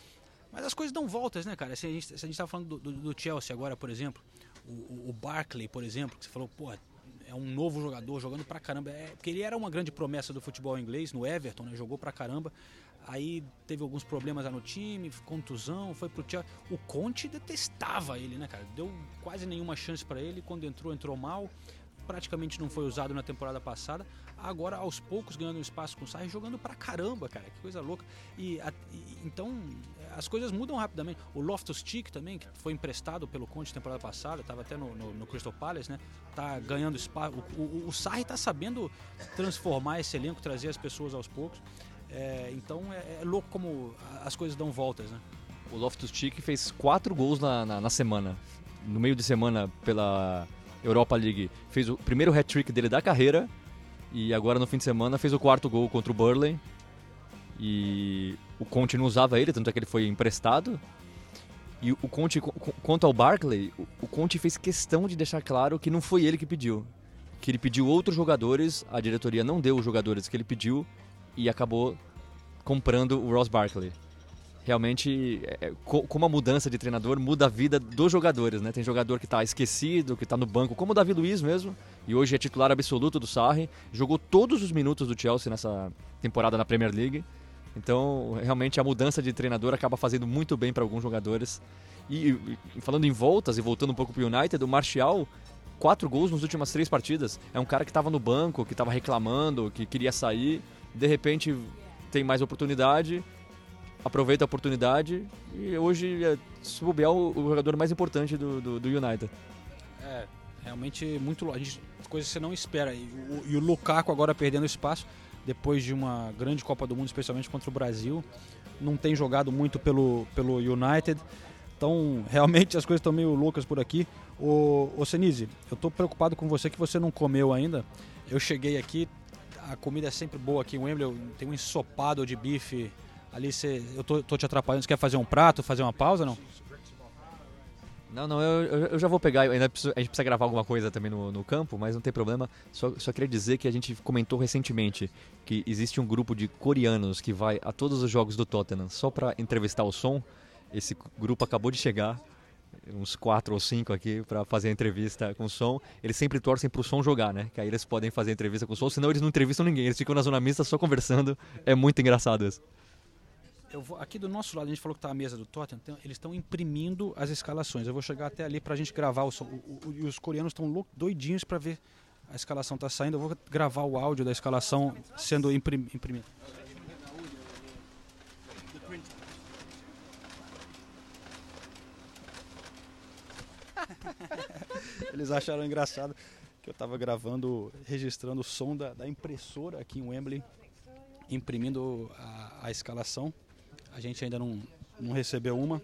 Mas as coisas dão voltas, né, cara? Se a gente tava falando do Chelsea agora, por exemplo, o Barkley, por exemplo, que você falou, pô, é um novo jogador jogando pra caramba. Porque ele era uma grande promessa do futebol inglês, no Everton, né? Jogou pra caramba. Aí teve alguns problemas lá no time, contusão, foi pro Chelsea. O Conte detestava ele, né, cara? Deu quase nenhuma chance pra ele. Quando entrou mal. Praticamente não foi usado na temporada passada. Agora, aos poucos, ganhando espaço com o Sarri, jogando pra caramba, cara. Que coisa louca. Então, as coisas mudam rapidamente. O Loftus-Cheek também, que foi emprestado pelo Conte na temporada passada, estava até no Crystal Palace, né? Tá ganhando espaço. O Sarri tá sabendo transformar esse elenco, trazer as pessoas aos poucos. Então, é louco como as coisas dão voltas, né? O Loftus-Cheek fez 4 gols na semana. No meio de semana, pela Europa League, fez o primeiro hat-trick dele da carreira e agora no fim de semana fez o 4º gol contra o Burnley. E o Conte não usava ele, tanto é que ele foi emprestado. E o Conte, quanto ao Barkley, o Conte fez questão de deixar claro que não foi ele que pediu. Que ele pediu outros jogadores, a diretoria não deu os jogadores que ele pediu e acabou comprando o Ross Barkley. Realmente, como a mudança de treinador muda a vida dos jogadores, né? Tem jogador que está esquecido, que está no banco, como o Davi Luiz mesmo, e hoje é titular absoluto do Sarri, jogou todos os minutos do Chelsea nessa temporada na Premier League. Então, realmente, a mudança de treinador acaba fazendo muito bem para alguns jogadores. E falando em voltas, e voltando um pouco para o United, o Martial, 4 gols nas últimas 3 partidas. É um cara que estava no banco, que estava reclamando, que queria sair, de repente tem mais oportunidade, aproveita a oportunidade e hoje se bobear o jogador mais importante do United. Realmente muito coisa que você não espera. E o Lukaku agora perdendo espaço depois de uma grande Copa do Mundo, especialmente contra o Brasil, não tem jogado muito pelo United. Então, realmente as coisas estão meio loucas por aqui. Ô Senise, eu estou preocupado com você que você não comeu ainda. Eu cheguei aqui, a comida é sempre boa aqui em Wembley, tem um ensopado de bife. Ali eu tô te atrapalhando, você quer fazer um prato, fazer uma pausa, não? Não, eu já vou pegar, a gente precisa gravar alguma coisa também no campo, mas não tem problema. Só queria dizer que a gente comentou recentemente que existe um grupo de coreanos que vai a todos os jogos do Tottenham só para entrevistar o Son. Esse grupo acabou de chegar, uns 4 ou 5 aqui para fazer a entrevista com o Son. Eles sempre torcem pro Son jogar, né? Que aí eles podem fazer a entrevista com o Son, senão eles não entrevistam ninguém, eles ficam na zona mista só conversando. É muito engraçado isso. Aqui do nosso lado, a gente falou que tá a mesa do Tottenham, eles estão imprimindo as escalações. Eu vou chegar até ali pra gente gravar o som. E os coreanos estão doidinhos pra ver a escalação tá saindo. Eu vou gravar o áudio da escalação sendo imprimida. Eles acharam engraçado que eu tava registrando o som da impressora aqui em Wembley, imprimindo a escalação. A gente ainda não recebeu uma.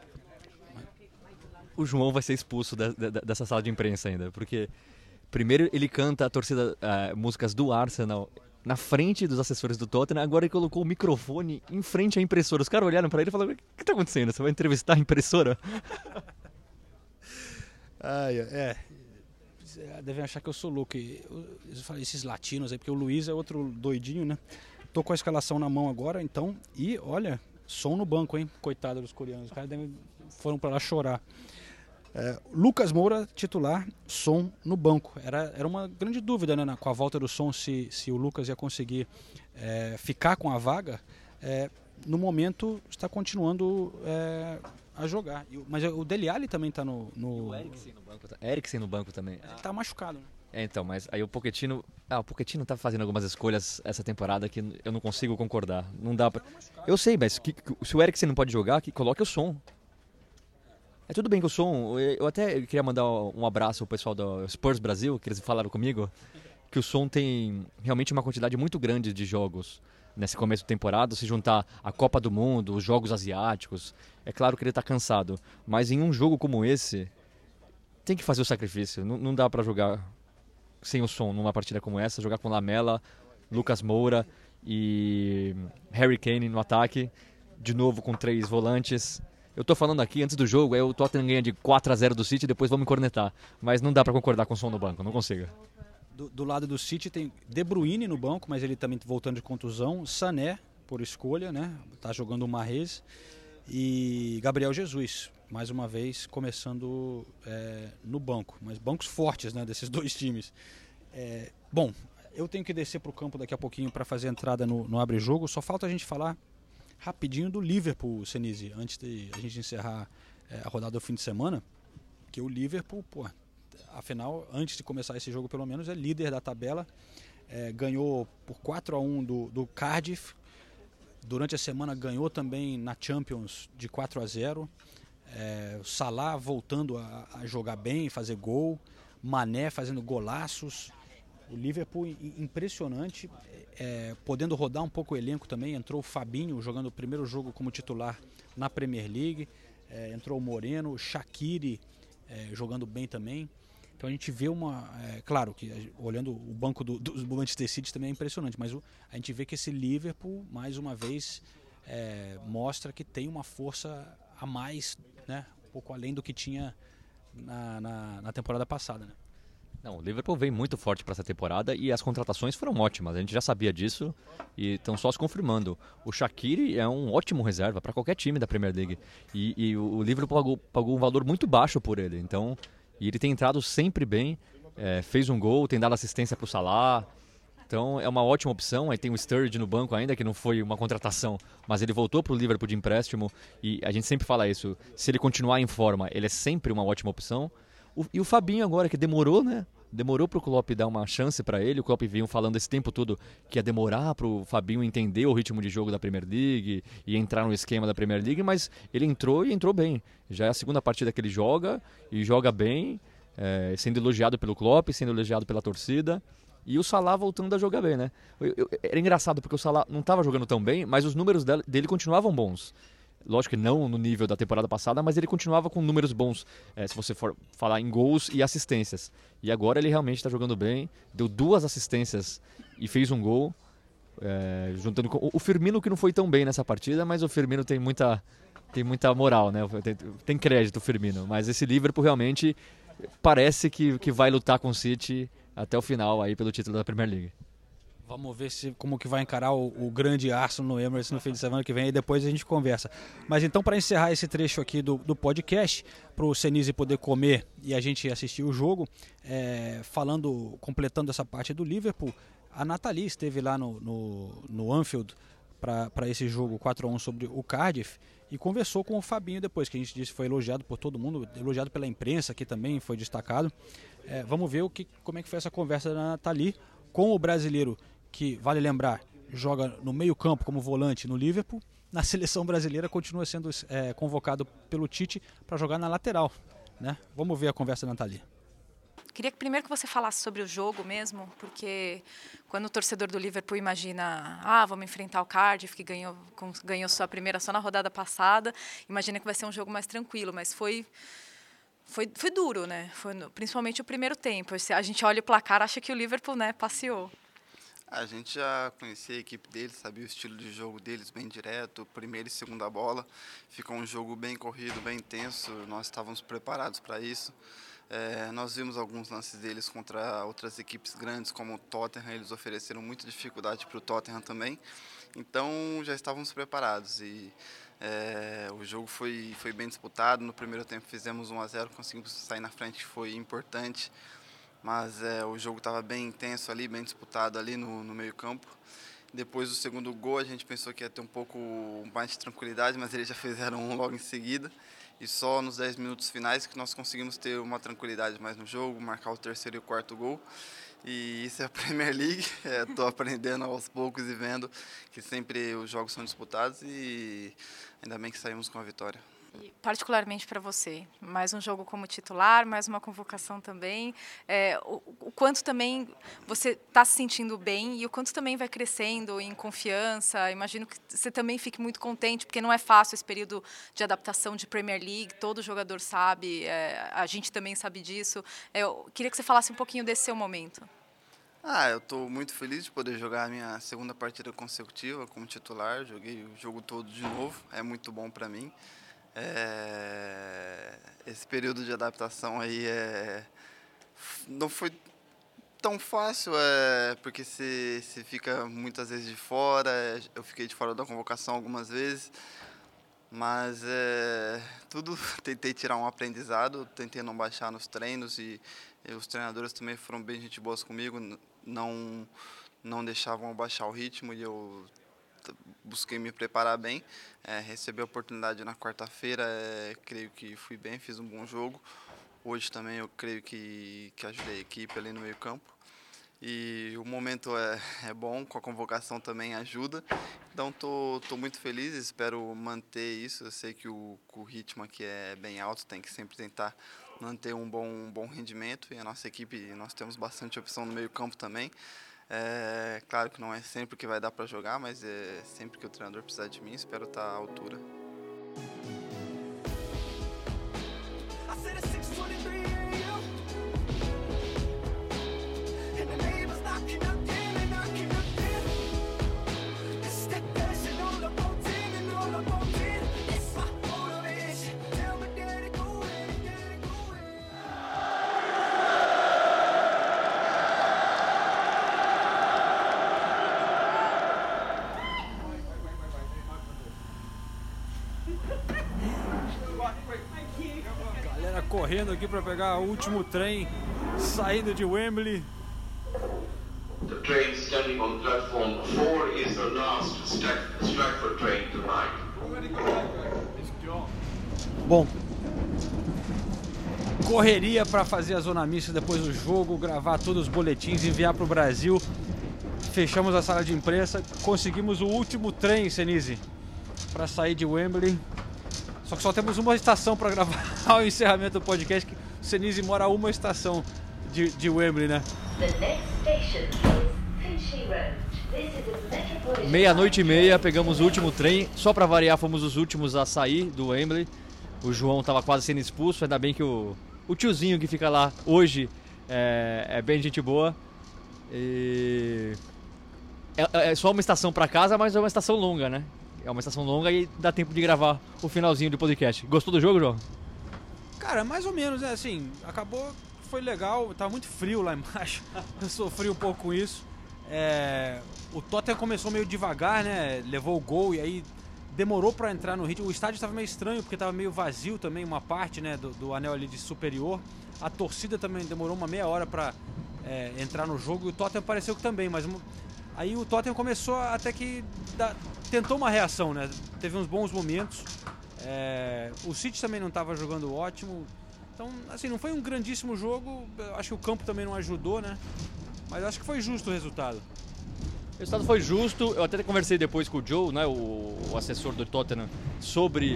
O João vai ser expulso dessa sala de imprensa ainda, porque primeiro ele canta a torcida, músicas do Arsenal na frente dos assessores do Tottenham, agora ele colocou o microfone em frente à impressora. Os caras olharam para ele e falaram: o que está acontecendo? Você vai entrevistar a impressora? Devem achar que eu sou louco. Esses latinos aí, porque o Luiz é outro doidinho, né? Tô com a escalação na mão agora, então, e olha, Som no banco, hein? Coitado dos coreanos, os caras foram para lá chorar. Lucas Moura, titular, Son no banco. Era uma grande dúvida, né, com a volta do Son, se o Lucas ia conseguir ficar com a vaga. No momento, está continuando a jogar. Mas o Dele Alli também está no... E o Eriksen no banco também. Ele está machucado, né? Então, mas aí o Pochettino tá fazendo algumas escolhas essa temporada que eu não consigo concordar. Não dá pra... Eu sei, mas se o Eriksen não pode jogar, que coloque o Son. É tudo bem que o Son... Eu até queria mandar um abraço ao pessoal do Spurs Brasil, que eles falaram comigo, que o Son tem realmente uma quantidade muito grande de jogos nesse começo de temporada. Se juntar a Copa do Mundo, os jogos asiáticos, é claro que ele tá cansado. Mas em um jogo como esse, tem que fazer o sacrifício. Não dá pra jogar sem o Son numa partida como essa, jogar com Lamela, Lucas Moura e Harry Kane no ataque, de novo com 3 volantes. Eu tô falando aqui antes do jogo, aí o Tottenham ganha de 4-0 do City e depois vamos cornetar, mas não dá pra concordar com o Son no banco, não consigo. Do lado do City tem De Bruyne no banco, mas ele também voltando de contusão, Sané por escolha, né? Tá jogando o Mahrez. e Gabriel Jesus, mais uma vez começando no banco, mas bancos fortes, né, desses dois times. Bom, eu tenho que descer para o campo daqui a pouquinho para fazer a entrada no abre-jogo, só falta a gente falar rapidinho do Liverpool, Senise, antes de a gente encerrar a rodada do fim de semana, que o Liverpool, afinal, antes de começar esse jogo pelo menos, é líder da tabela, ganhou por 4-1 do Cardiff, durante a semana ganhou também na Champions de 4-0, o Salah voltando a jogar bem, fazer gol, Mané fazendo golaços, o Liverpool impressionante, podendo rodar um pouco o elenco também, entrou o Fabinho jogando o primeiro jogo como titular na Premier League, entrou o Moreno, o Shaqiri jogando bem também. Então a gente vê claro que olhando o banco do Manchester City também é impressionante, mas a gente vê que esse Liverpool, mais uma vez, mostra que tem uma força a mais, né, um pouco além do que tinha na temporada passada, né? Não, o Liverpool vem muito forte para essa temporada e as contratações foram ótimas, a gente já sabia disso e estão só se confirmando. O Shaqiri é um ótimo reserva para qualquer time da Premier League e o Liverpool pagou um valor muito baixo por ele, então, e ele tem entrado sempre bem, fez um gol, tem dado assistência para o Salah, então é uma ótima opção. Aí tem o Sturridge no banco ainda, que não foi uma contratação, mas ele voltou para o Liverpool de empréstimo e a gente sempre fala isso, se ele continuar em forma, ele é sempre uma ótima opção. E o Fabinho agora, que demorou, né? Demorou para o Klopp dar uma chance para ele. O Klopp vinha falando esse tempo todo que ia demorar para o Fabinho entender o ritmo de jogo da Premier League e entrar no esquema da Premier League, mas ele entrou e entrou bem. Já é a segunda partida que ele joga e joga bem, sendo elogiado pelo Klopp, sendo elogiado pela torcida. E o Salah voltando a jogar bem, né? Era engraçado porque o Salah não estava jogando tão bem, mas os números dele continuavam bons. Lógico que não no nível da temporada passada, mas ele continuava com números bons, se você for falar em gols e assistências. E agora ele realmente está jogando bem, deu 2 assistências e fez um gol, juntando com o Firmino, que não foi tão bem nessa partida, mas o Firmino tem muita moral, né? Tem crédito o Firmino, mas esse Liverpool realmente parece que vai lutar com o City até o final aí pelo título da Premier League. Vamos ver como que vai encarar o grande Arsenal no Emirates no fim de semana que vem e depois a gente conversa. Mas então, para encerrar esse trecho aqui do podcast, para o Senise poder comer e a gente assistir o jogo, completando essa parte do Liverpool, a Nathalie esteve lá no Anfield para esse jogo 4-1 sobre o Cardiff e conversou com o Fabinho depois, que a gente disse que foi elogiado por todo mundo, elogiado pela imprensa, que também foi destacado. Vamos ver como é que foi essa conversa da Nathalie com o brasileiro, que, vale lembrar, joga no meio-campo como volante no Liverpool. Na seleção brasileira continua sendo convocado pelo Tite para jogar na lateral, né? Vamos ver a conversa da Nathalie. Queria que primeiro que você falasse sobre o jogo mesmo, porque quando o torcedor do Liverpool imagina, vamos enfrentar o Cardiff, que ganhou sua primeira só na rodada passada, imagina que vai ser um jogo mais tranquilo, mas foi duro, né? Principalmente o primeiro tempo. A gente olha o placar, acha que o Liverpool, né, passeou. A gente já conhecia a equipe deles, sabia o estilo de jogo deles, bem direto, primeira e segunda bola. Ficou um jogo bem corrido, bem intenso, nós estávamos preparados para isso. Nós vimos alguns lances deles contra outras equipes grandes, como o Tottenham, eles ofereceram muita dificuldade para o Tottenham também. Então já estávamos preparados e o jogo foi bem disputado. No primeiro tempo fizemos 1-0, conseguimos sair na frente, que foi importante. Mas o jogo estava bem intenso ali, bem disputado ali no meio campo. Depois do segundo gol a gente pensou que ia ter um pouco mais de tranquilidade, mas eles já fizeram um logo em seguida. E só nos 10 minutos finais que nós conseguimos ter uma tranquilidade mais no jogo, marcar o terceiro e o quarto gol. E isso é a Premier League, estou aprendendo aos poucos e vendo que sempre os jogos são disputados e ainda bem que saímos com a vitória. E particularmente para você, mais um jogo como titular, mais uma convocação também, o quanto também você está se sentindo bem e o quanto também vai crescendo em confiança. Imagino que você também fique muito contente, porque não é fácil esse período de adaptação de Premier League, todo jogador sabe, a gente também sabe disso. Eu queria que você falasse um pouquinho desse seu momento. Eu estou muito feliz de poder jogar a minha segunda partida consecutiva como titular, joguei o jogo todo de novo, é muito bom para mim. Esse período de adaptação aí não foi tão fácil, porque você fica muitas vezes de fora, eu fiquei de fora da convocação algumas vezes, Mas tudo tentei tirar um aprendizado, tentei não baixar nos treinos e os treinadores também foram bem gente boas comigo, não deixavam eu baixar o ritmo e eu busquei me preparar bem. Recebi a oportunidade na quarta-feira, creio que fui bem, fiz um bom jogo. Hoje também eu creio que ajudei a equipe ali no meio campo. E o momento é bom, com a convocação também ajuda. Então tô muito feliz, espero manter isso. Eu sei que o ritmo aqui é bem alto, tem que sempre tentar manter um bom rendimento. E a nossa equipe, nós temos bastante opção no meio campo também. Claro que não é sempre que vai dar para jogar, mas sempre que o treinador precisar de mim, espero estar à altura. Galera correndo aqui para pegar o último trem saindo de Wembley. The train standing on platform 4 is the last Stratford train tonight. Bom, correria para fazer a zona mista depois do jogo, gravar todos os boletins, enviar para o Brasil. Fechamos a sala de imprensa, conseguimos o último trem, Senise, para sair de Wembley. Só que só temos uma estação para gravar o encerramento do podcast, que o Senise mora a uma estação de Wembley, né? 00:30, pegamos o último trem. Só para variar, fomos os últimos a sair do Wembley. O João estava quase sendo expulso, ainda bem que o tiozinho que fica lá hoje é bem gente boa. E é só uma estação para casa, mas é uma estação longa, né? É uma estação longa e dá tempo de gravar o finalzinho do podcast. Gostou do jogo, João? Cara, mais ou menos, né? Assim, acabou, foi legal, tava muito frio lá embaixo. Eu sofri um pouco com isso. O Tottenham começou meio devagar, né? Levou o gol e aí demorou pra entrar no ritmo. O estádio estava meio estranho porque tava meio vazio também, uma parte, né, do anel ali de superior. A torcida também demorou uma meia hora pra entrar no jogo e o Tottenham pareceu que também, mas aí o Tottenham começou até que tentou uma reação, né? Teve uns bons momentos. O City também não estava jogando ótimo. Então, assim, não foi um grandíssimo jogo. Acho que o campo também não ajudou, né? Mas acho que foi justo o resultado. O resultado foi justo. Eu até conversei depois com o Joe, né, o assessor do Tottenham, sobre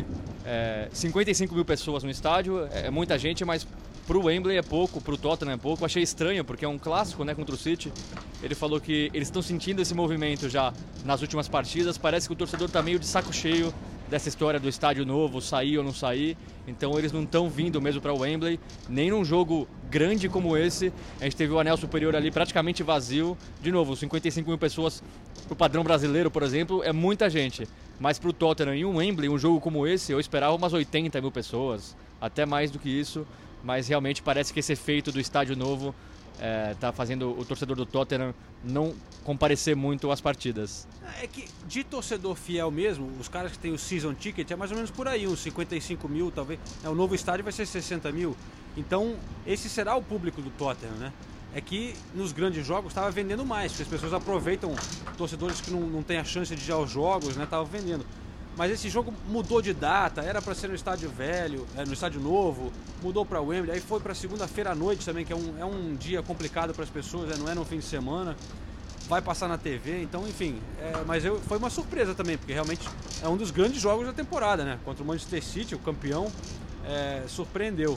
55 mil pessoas no estádio. É muita gente, mas pro Wembley é pouco, pro Tottenham é pouco. Achei estranho, porque é um clássico, né, contra o City. Ele falou que eles estão sentindo esse movimento já nas últimas partidas. Parece que o torcedor tá meio de saco cheio dessa história do estádio novo, sair ou não sair. Então eles não estão vindo mesmo para o Wembley, nem num jogo grande como esse. A gente teve o anel superior ali praticamente vazio. De novo, 55 mil pessoas pro padrão brasileiro, por exemplo, é muita gente. Mas pro Tottenham e um Wembley, um jogo como esse, eu esperava umas 80 mil pessoas, até mais do que isso. Mas realmente parece que esse efeito do estádio novo tá fazendo o torcedor do Tottenham não comparecer muito às partidas. É que de torcedor fiel mesmo, os caras que tem o season ticket é mais ou menos por aí, uns 55 mil talvez. O novo estádio vai ser 60 mil. Então esse será o público do Tottenham, né? É que nos grandes jogos estava vendendo mais, porque as pessoas aproveitam, torcedores que não têm a chance de ir aos jogos, né? Estavam vendendo. Mas esse jogo mudou de data, era para ser no estádio velho, no estádio novo, mudou para Wembley, aí foi para segunda-feira à noite também, que é um dia complicado para as pessoas, não é no fim de semana, vai passar na TV, então enfim, mas foi uma surpresa também, porque realmente é um dos grandes jogos da temporada, né? Contra o Manchester City, o campeão, surpreendeu.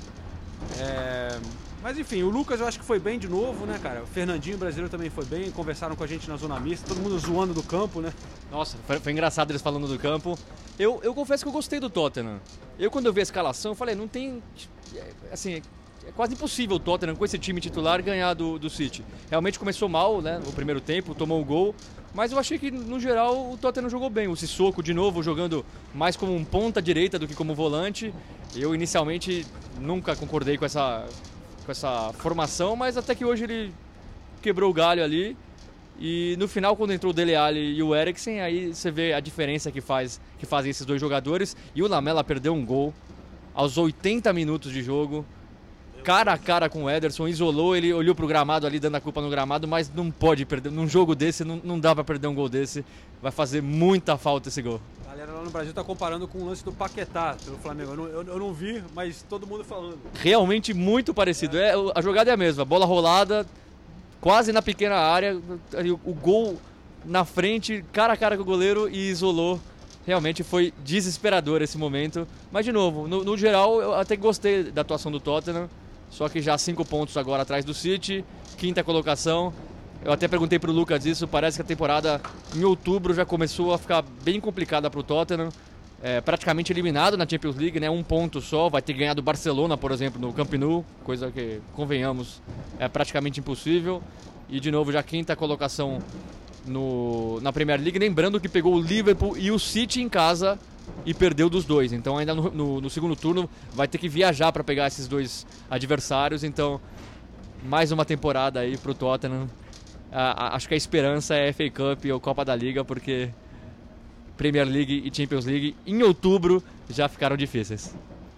Mas enfim, o Lucas eu acho que foi bem de novo, né, cara? O Fernandinho, brasileiro, também foi bem, conversaram com a gente na zona mista, todo mundo zoando do campo, né? Nossa, foi engraçado eles falando do campo. Eu confesso que eu gostei do Tottenham. Quando eu vi a escalação, eu falei, não tem... Assim, é quase impossível o Tottenham, com esse time titular, ganhar do City. Realmente começou mal, né, no primeiro tempo, tomou um gol, mas eu achei que, no geral, o Tottenham jogou bem. O Sissoko, de novo, jogando mais como um ponta direita do que como volante. Eu, inicialmente, nunca concordei com essa formação, mas até que hoje ele quebrou o galho ali E no final, quando entrou o Dele Alli e o Eriksen, aí você vê a diferença que fazem esses dois jogadores. E o Lamela perdeu um gol aos 80 minutos de jogo, cara a cara com o Ederson, isolou, ele olhou pro gramado ali, dando a culpa no gramado, mas não pode perder, num jogo desse, não dá pra perder um gol desse, vai fazer muita falta esse gol. A galera lá no Brasil tá comparando com o lance do Paquetá pelo Flamengo, eu não vi, mas todo mundo falando. Realmente muito parecido, a jogada é a mesma, bola rolada, quase na pequena área, o gol na frente, cara a cara com o goleiro e isolou. Realmente foi desesperador esse momento, mas de novo, no geral eu até gostei da atuação do Tottenham, só que já 5 pontos agora atrás do City, 5ª colocação. Eu até perguntei pro Lucas isso, parece que a temporada em outubro já começou a ficar bem complicada pro Tottenham, praticamente eliminado na Champions League, né? 1 ponto só, vai ter ganhado o Barcelona, por exemplo, no Camp Nou, coisa que, convenhamos, é praticamente impossível. E de novo já 5ª colocação na Premier League, lembrando que pegou o Liverpool e o City em casa e perdeu dos dois, então ainda no segundo turno vai ter que viajar para pegar esses dois adversários, então mais uma temporada aí pro Tottenham. Acho que a esperança é FA Cup ou Copa da Liga, porque Premier League e Champions League em outubro já ficaram difíceis.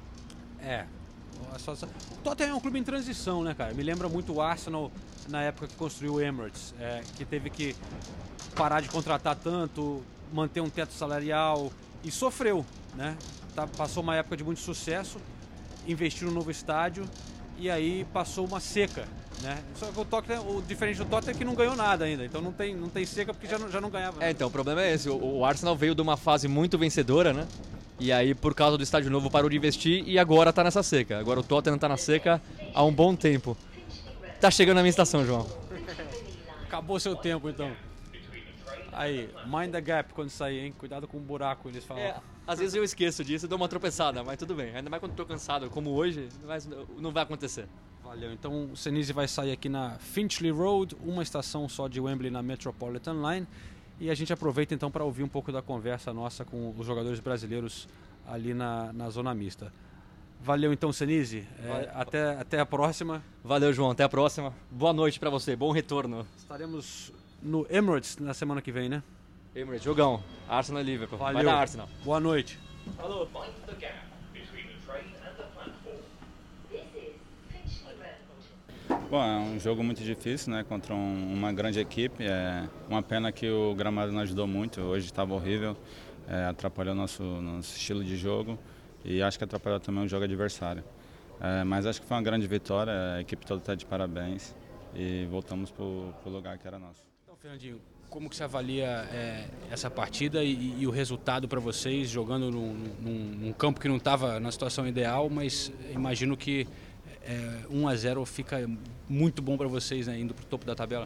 O Tottenham é um clube em transição, né, cara? Me lembra muito o Arsenal na época que construiu o Emirates, que teve que parar de contratar tanto, manter um teto salarial e sofreu, né? Passou uma época de muito sucesso, investiu no novo estádio e aí passou uma seca, né? Só que o diferente do Tottenham é que não ganhou nada ainda, então não tem seca porque já não ganhava. Né? Então o problema é esse, o Arsenal veio de uma fase muito vencedora, né? E aí, por causa do estádio novo, parou de investir e agora tá nessa seca. Agora o Tottenham tá na seca há um bom tempo. Tá chegando a minha estação, João. Acabou seu tempo, então. Aí, mind the gap quando sair, hein? Cuidado com o buraco, eles falam. Às vezes eu esqueço disso e dou uma tropeçada, mas tudo bem. Ainda mais quando tô cansado, como hoje, mas não vai acontecer. Valeu. Então o Senise vai sair aqui na Finchley Road, uma estação só de Wembley na Metropolitan Line. E a gente aproveita então para ouvir um pouco da conversa nossa com os jogadores brasileiros ali na zona mista. Valeu então, Senise. Até a próxima. Valeu, João. Até a próxima. Boa noite para você. Bom retorno. Estaremos no Emirates na semana que vem, né? Emirates, jogão. Arsenal e Liverpool. Valeu. Vai dar Arsenal. Boa noite. Falou. Bom, é um jogo muito difícil, né, contra uma grande equipe. É uma pena que o gramado não ajudou muito, hoje estava horrível, atrapalhou nosso estilo de jogo e acho que atrapalhou também o jogo adversário. Mas acho que foi uma grande vitória, a equipe toda está de parabéns e voltamos para o lugar que era nosso. Então, Fernandinho, como que você avalia essa partida e o resultado para vocês, jogando num campo que não estava na situação ideal, mas imagino que 1-0 fica muito bom para vocês, né, indo para o topo da tabela?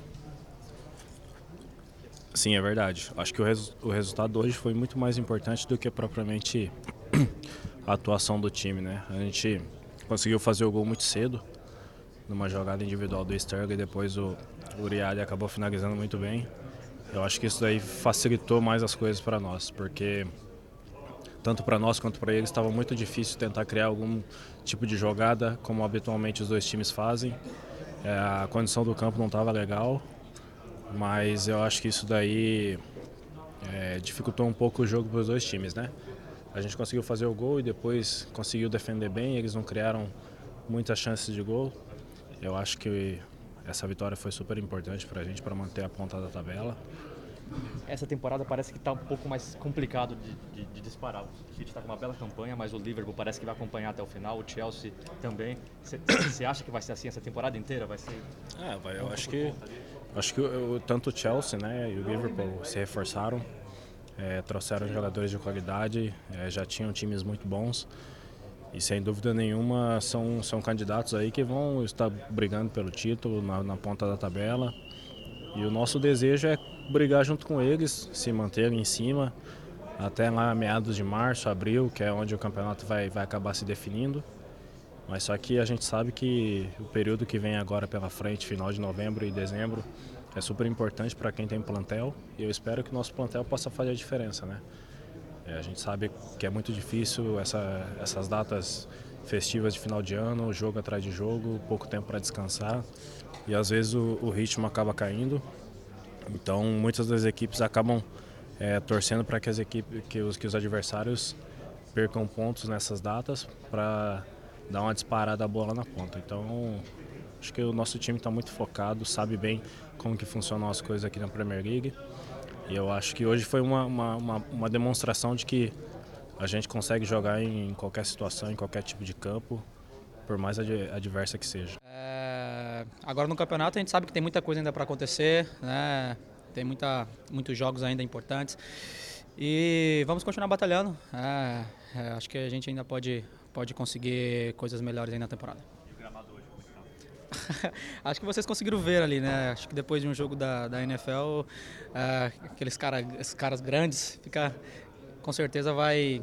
Sim, é verdade. Acho que o resultado hoje foi muito mais importante do que propriamente a atuação do time, né? A gente conseguiu fazer o gol muito cedo, numa jogada individual do Sterling, e depois o Uriadi acabou finalizando muito bem. Eu acho que isso daí facilitou mais as coisas para nós, porque tanto para nós quanto para eles estava muito difícil tentar criar algum tipo de jogada, como habitualmente os dois times fazem. A condição do campo não estava legal, mas eu acho que isso daí dificultou um pouco o jogo para os dois times, né? A gente conseguiu fazer o gol e depois conseguiu defender bem, eles não criaram muitas chances de gol. Eu acho que essa vitória foi super importante para a gente, para manter a ponta da tabela. Essa temporada parece que está um pouco mais complicado de disparar. O City está com uma bela campanha, mas o Liverpool parece que vai acompanhar até o final, o Chelsea também. Você acha que vai ser assim essa temporada inteira? Vai ser... Eu acho que tanto o Chelsea, né, e o Liverpool se reforçaram, trouxeram jogadores de qualidade, já tinham times muito bons e sem dúvida nenhuma são candidatos aí que vão estar brigando pelo título na ponta da tabela. E o nosso desejo é brigar junto com eles, se manter em cima até lá meados de março, abril, que é onde o campeonato vai acabar se definindo. Mas só que a gente sabe que o período que vem agora pela frente, final de novembro e dezembro, é super importante para quem tem plantel e eu espero que o nosso plantel possa fazer a diferença, né? A gente sabe que é muito difícil essas datas festivas de final de ano, jogo atrás de jogo, pouco tempo para descansar e às vezes o ritmo acaba caindo. Então, muitas das equipes acabam torcendo para que os adversários percam pontos nessas datas para dar uma disparada boa lá na ponta. Então, acho que o nosso time está muito focado, sabe bem como que funcionam as coisas aqui na Premier League. E eu acho que hoje foi uma demonstração de que a gente consegue jogar em qualquer situação, em qualquer tipo de campo, por mais adversa que seja. Agora no campeonato a gente sabe que tem muita coisa ainda para acontecer, né? Tem muitos jogos ainda importantes e vamos continuar batalhando. Acho que a gente ainda pode conseguir coisas melhores aí na temporada. E o gramado hoje? Acho que vocês conseguiram ver ali, né? Acho que depois de um jogo da NFL, aqueles caras grandes, com certeza vai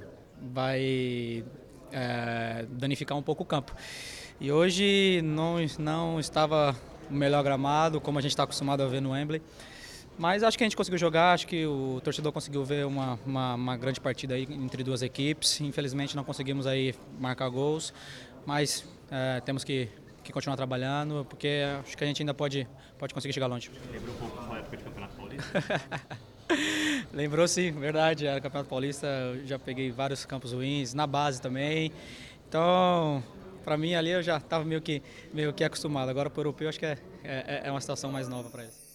danificar um pouco o campo. E hoje não estava o melhor gramado, como a gente está acostumado a ver no Wembley. Mas acho que a gente conseguiu jogar, acho que o torcedor conseguiu ver uma grande partida aí entre duas equipes. Infelizmente não conseguimos aí marcar gols, mas temos que continuar trabalhando, porque acho que a gente ainda pode conseguir chegar longe. Lembrou um pouco da sua época de Campeonato Paulista? Lembrou sim, verdade. Era Campeonato Paulista, eu já peguei vários campos ruins, na base também. Então, para mim ali eu já estava meio que acostumado. Agora para o europeu acho que é uma situação mais nova para eles.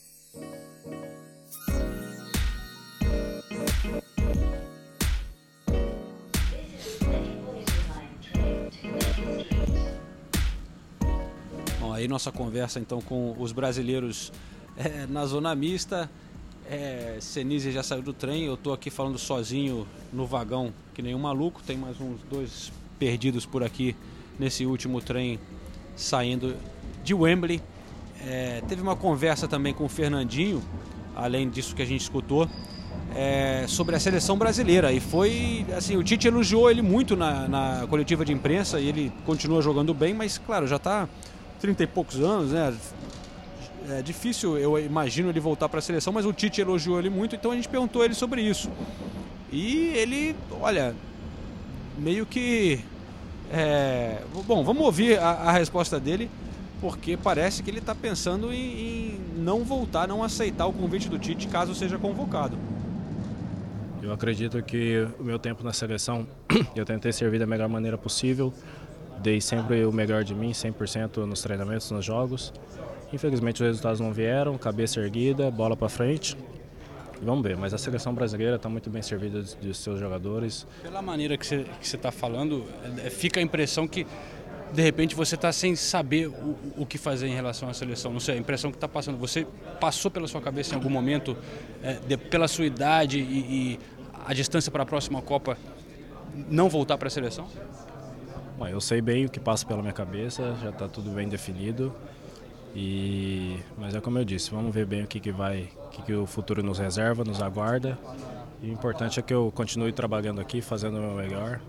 Bom, aí nossa conversa então com os brasileiros na zona mista. Senise já saiu do trem, eu estou aqui falando sozinho no vagão que nem um maluco. Tem mais uns 2 perdidos por aqui nesse último trem saindo de Wembley. Teve uma conversa também com o Fernandinho, além disso que a gente escutou, sobre a seleção brasileira. E foi assim, o Tite elogiou ele muito na coletiva de imprensa e ele continua jogando bem, mas claro, já está 30 e poucos anos, né? É difícil, eu imagino, ele voltar para a seleção, mas o Tite elogiou ele muito, então a gente perguntou ele sobre isso. E ele, olha, meio que... Bom, vamos ouvir a resposta dele, porque parece que ele está pensando em não voltar, não aceitar o convite do Tite caso seja convocado. Eu acredito que o meu tempo na seleção, eu tentei servir da melhor maneira possível, dei sempre o melhor de mim, 100% nos treinamentos, nos jogos. Infelizmente os resultados não vieram, cabeça erguida, bola para frente. Vamos ver, mas a seleção brasileira está muito bem servida de seus jogadores. Pela maneira que você está falando, fica a impressão que de repente você está sem saber o que fazer em relação à seleção. Não sei, a impressão que está passando. Você passou pela sua cabeça em algum momento, pela sua idade e a distância para a próxima Copa, não voltar para a seleção? Bom, eu sei bem o que passa pela minha cabeça, já está tudo bem definido. Mas é como eu disse, vamos ver bem o que o futuro nos reserva, nos aguarda. E o importante é que eu continue trabalhando aqui, fazendo o meu melhor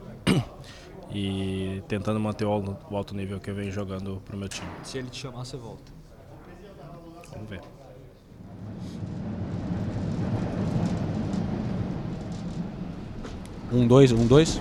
e tentando manter o alto nível que eu venho jogando para o meu time. Se ele te chamar, você volta. Vamos ver. Um, dois.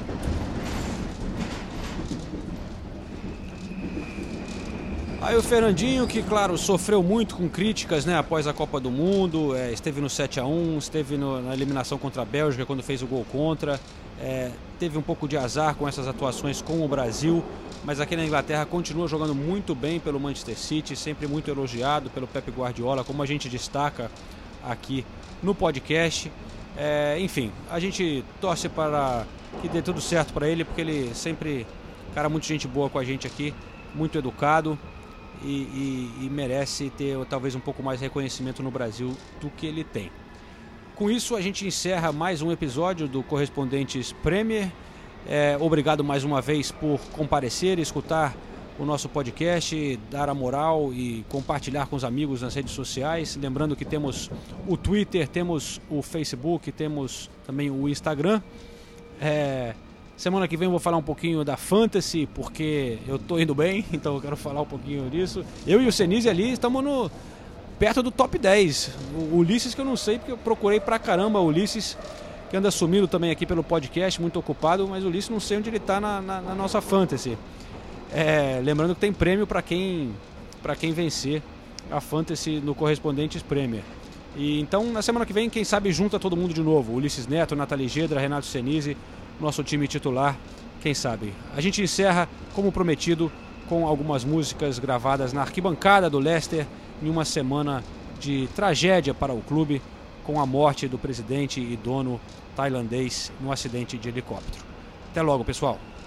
Aí o Fernandinho, que claro, sofreu muito com críticas, né, após a Copa do Mundo, esteve no 7-1, esteve na eliminação contra a Bélgica quando fez o gol contra, teve um pouco de azar com essas atuações com o Brasil, mas aqui na Inglaterra continua jogando muito bem pelo Manchester City, sempre muito elogiado pelo Pep Guardiola, como a gente destaca aqui no podcast. Enfim, a gente torce para que dê tudo certo para ele, porque ele sempre, cara, muito gente boa com a gente aqui, muito educado. E merece ter talvez um pouco mais de reconhecimento no Brasil do que ele tem. Com isso a gente encerra mais um episódio do Correspondentes Premier. Obrigado mais uma vez por comparecer, escutar o nosso podcast, dar a moral e compartilhar com os amigos nas redes sociais. Lembrando que temos o Twitter, temos o Facebook, temos também o Instagram. Semana que vem eu vou falar um pouquinho da Fantasy, porque eu tô indo bem, então eu quero falar um pouquinho disso. Eu e o Senise ali estamos perto do top 10. O Ulisses, que eu não sei, porque eu procurei pra caramba o Ulisses, que anda sumido também aqui pelo podcast, muito ocupado, mas o Ulisses não sei onde ele tá na nossa Fantasy. Lembrando que tem prêmio para quem vencer a Fantasy no Correspondentes Premier. E então, na semana que vem, quem sabe junta todo mundo de novo. Ulisses Neto, Nathalie Gedra, Renato Senise, nosso time titular, quem sabe. A gente encerra, como prometido, com algumas músicas gravadas na arquibancada do Leicester em uma semana de tragédia para o clube, com a morte do presidente e dono tailandês no acidente de helicóptero. Até logo, pessoal.